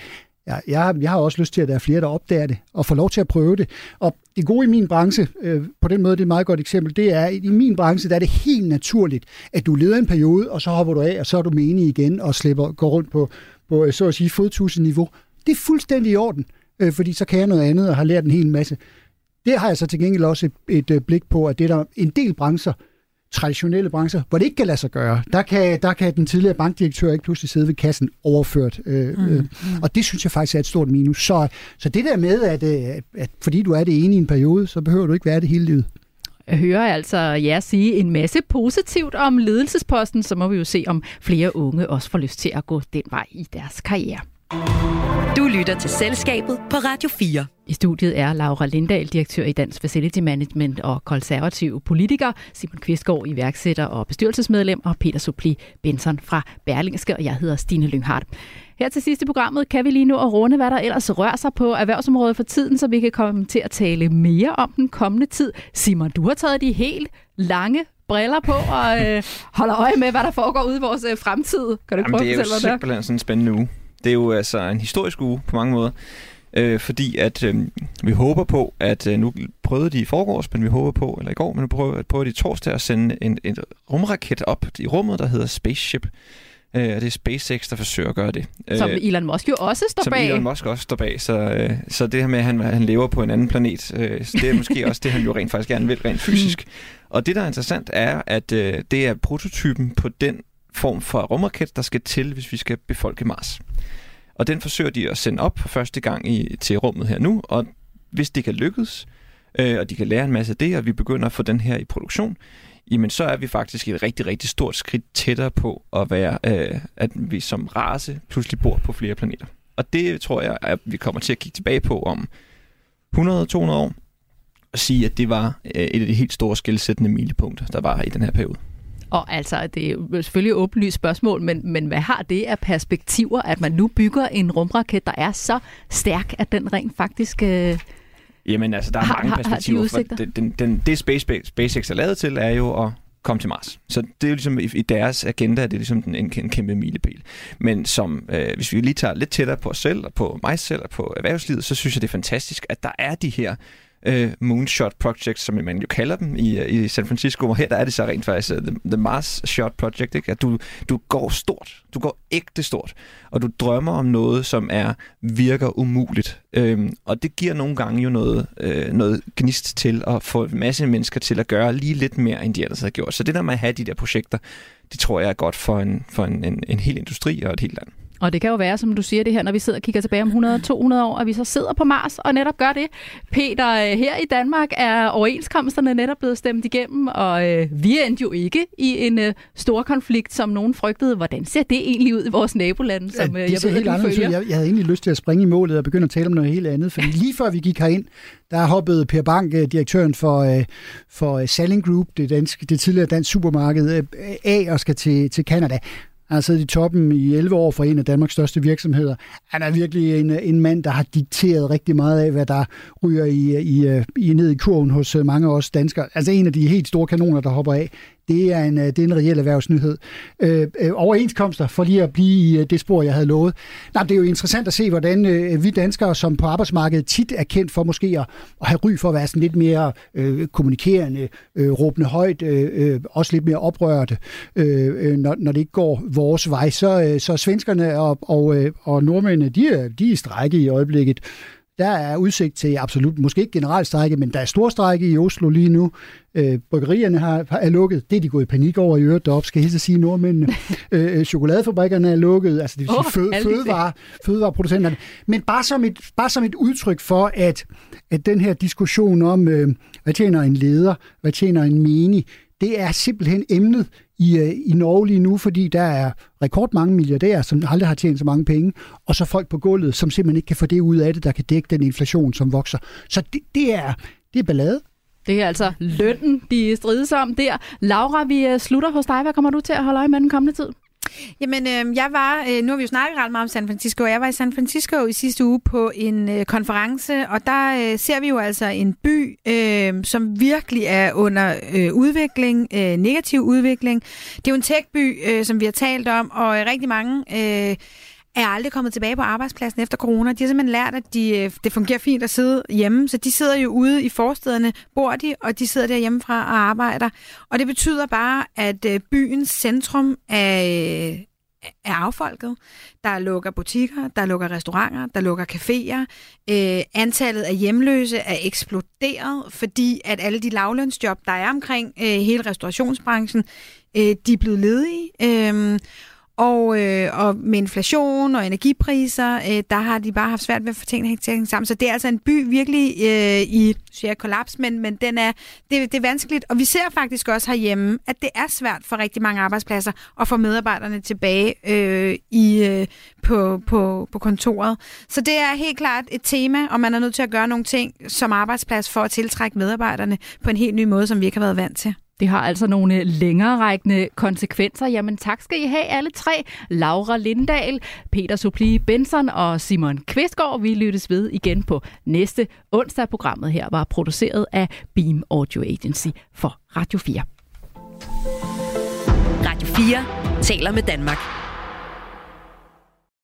Jeg, jeg, har, jeg har også lyst til, at der er flere, der opdager det, og får lov til at prøve det. Og det gode i min branche, øh, på den måde, det er et meget godt eksempel, det er, at i min branche, der er det helt naturligt, at du leder en periode, og så hopper du af, og så er du menig igen, og slipper, går rundt på, på så at sige, fodtusindniveau. Det er fuldstændig i orden, øh, fordi så kan jeg noget andet, og har lært en hel masse. Det har jeg så til gengæld også et, et blik på, at det er der en del brancher, traditionelle brancher, hvor det ikke kan lade sig gøre. Der kan, der kan den tidligere bankdirektør ikke pludselig sidde ved kassen overført. Øh, mm, mm. Og det synes jeg faktisk er et stort minus. Så, så det der med, at, at, at fordi du er det ene i en periode, så behøver du ikke være det hele livet. Jeg hører altså jer sige en masse positivt om ledelsesposten, så må vi jo se, om flere unge også får lyst til at gå den vej i deres karriere. Du lytter til Selskabet på Radio fire. I studiet er Laura Lindahl, direktør i Dansk Facility Management og konservativ politiker, Simon Kvistgaard, iværksætter og bestyrelsesmedlem, og Peter Supli Benson fra Berlingske, og jeg hedder Stine Lynghardt. Her til sidst i programmet kan vi lige nu at runde, hvad der ellers rører sig på erhvervsområdet for tiden, så vi kan komme til at tale mere om den kommende tid. Simon, du har taget de helt lange briller på og øh, holder øje med, hvad der foregår ude i vores øh, fremtid. Kan du Jamen, prøve at fortælle, hvad det er jo simpelthen sådan en spændende uge. Det er jo altså en historisk uge på mange måder, øh, fordi at øh, vi håber på, at øh, nu prøvede de i forgårs, men vi håber på, eller i går, men nu prøver, prøver de torsdag at sende en, en rumraket op i rummet, der hedder Spaceship. Øh, og det er SpaceX, der forsøger at gøre det. Som Elon Musk jo også står som bag. Som Elon Musk også står bag, så, øh, så det her med, at han, han lever på en anden planet, øh, så det er måske også det, han jo rent faktisk gerne vil, rent fysisk. Og det, der er interessant, er, at øh, det er prototypen på den form for rumraket, der skal til, hvis vi skal befolke Mars. Og den forsøger de at sende op for første gang i, til rummet her nu, og hvis det kan lykkes, øh, og de kan lære en masse af det, og vi begynder at få den her i produktion, jamen så er vi faktisk et rigtig, rigtig stort skridt tættere på at være, øh, at vi som race pludselig bor på flere planeter. Og det tror jeg, at vi kommer til at kigge tilbage på om hundrede til to hundrede år, og sige, at det var øh, et af de helt store skelsættende milepunkter, der var i den her periode. Og altså, det er jo selvfølgelig et åbenlyst spørgsmål, men, men hvad har det af perspektiver, at man nu bygger en rumraket, der er så stærk, at den rent faktisk øh, Jamen altså, der er har, mange perspektiver. har For den, den, den, det Space, SpaceX er lavet til, er jo at komme til Mars. Så det er jo ligesom i, i deres agenda, det er ligesom en, en, en kæmpe milepæl. Men som, øh, hvis vi lige tager lidt tættere på os selv, og på mig selv, og på erhvervslivet, så synes jeg, det er fantastisk, at der er de her Uh, moonshot projects, som man jo kalder dem i, i San Francisco, og her der er det så rent faktisk uh, the, the Mars Shot Project, ikke? At du, du går stort, du går ægte stort, og du drømmer om noget, som er virker umuligt. Uh, og det giver nogle gange jo noget, uh, noget gnist til at få en masse mennesker til at gøre lige lidt mere, end de ellers havde gjort. Så det der med at have de der projekter, det tror jeg er godt for en, for en, en, en hel industri og et helt land. Og det kan jo være, som du siger det her, når vi sidder og kigger tilbage om hundrede til to hundrede år, at vi så sidder på Mars og netop gør det. Peter, her i Danmark er overenskomsterne netop blevet stemt igennem, og øh, vi endte jo ikke i en øh, stor konflikt, som nogen frygtede. Hvordan ser det egentlig ud i vores nabolande, som ja, øh, jeg ved, helt at du følger? Jeg, jeg havde egentlig lyst til at springe i målet og begynde at tale om noget helt andet, fordi lige før vi gik herind, der hoppede Per Bank, direktøren for, for Salling Group, det, danske, det tidligere dansk supermarked, af og skal til, til Canada. Han har siddet i toppen i elleve år for en af Danmarks største virksomheder. Han er virkelig en, en mand, der har dikteret rigtig meget af, hvad der ryger i, i, i, ned i kurven hos mange af os danskere. Altså en af de helt store kanoner, der hopper af. Det er en, det er en reel erhvervsnyhed. Øh, øh, overenskomster, for lige at blive i det spor, jeg havde lovet. Nej, det er jo interessant at se, hvordan øh, vi danskere, som på arbejdsmarkedet tit er kendt for måske at, at have ry for at være sådan lidt mere øh, kommunikerende, øh, råbende højt, øh, også lidt mere oprørte, øh, når, når det ikke går vores vej. Så, øh, så svenskerne og, og, øh, og nordmændene, de er, de er i strække i øjeblikket. Der er udsigt til absolut, måske ikke generalstrække, men der er stor strække i Oslo lige nu. Øh, bryggerierne har, er lukket. Det er de gået i panik over i øvrigt deroppe, skal jeg hilse at sige nordmændene. øh, chokoladefabrikkerne er lukket, altså det vil sige oh, fø- fødevare, fødevareproducenterne. Men bare som et, bare som et udtryk for, at, at den her diskussion om, øh, hvad tjener en leder, hvad tjener en menig, det er simpelthen emnet i, i Norge lige nu, fordi der er rekordmange milliardærer, som aldrig har tjent så mange penge, og så folk på gulvet, som simpelthen ikke kan få det ud af det, der kan dække den inflation, som vokser. Så det, det, er, det er ballade. Det er altså lønnen, de strides om der. Laura, vi slutter hos dig. Hvad kommer du til at holde øje med den kommende tid? Jamen, øh, jeg var, øh, nu har vi jo snakket ret meget om San Francisco, jeg var i San Francisco i sidste uge på en øh, konference, og der øh, ser vi jo altså en by, øh, som virkelig er under øh, udvikling, øh, negativ udvikling. Det er jo en tech-by, øh, som vi har talt om, og rigtig mange øh, er aldrig kommet tilbage på arbejdspladsen efter corona. De har simpelthen lært, at de, det fungerer fint at sidde hjemme, så de sidder jo ude i forstederne, bor de, og de sidder der hjemmefra og arbejder. Og det betyder bare, at byens centrum er, er affolket. Der lukker butikker, der lukker restauranter, der lukker caféer. Øh, antallet af hjemløse er eksploderet, fordi at alle de lavlønsjob, der er omkring øh, hele restaurationsbranchen, øh, de er blevet ledige. Øh, Og, øh, og med inflation og energipriser, øh, der har de bare haft svært ved at få tingene til at hænge sammen. Så det er altså en by virkelig øh, i siger kollaps, men, men den er, det, det er vanskeligt. Og vi ser faktisk også herhjemme, at det er svært for rigtig mange arbejdspladser at få medarbejderne tilbage øh, i, øh, på, på, på kontoret. Så det er helt klart et tema, og man er nødt til at gøre nogle ting som arbejdsplads for at tiltrække medarbejderne på en helt ny måde, som vi ikke har været vant til. Det har altså nogle længererækkende konsekvenser. Jamen tak skal I have alle tre. Laura Lindahl, Peter Supli Benson og Simon Kvistgaard. Vi lyttes ved igen på næste onsdag. Programmet her var produceret af Beam Audio Agency for Radio fire. Radio fire taler med Danmark.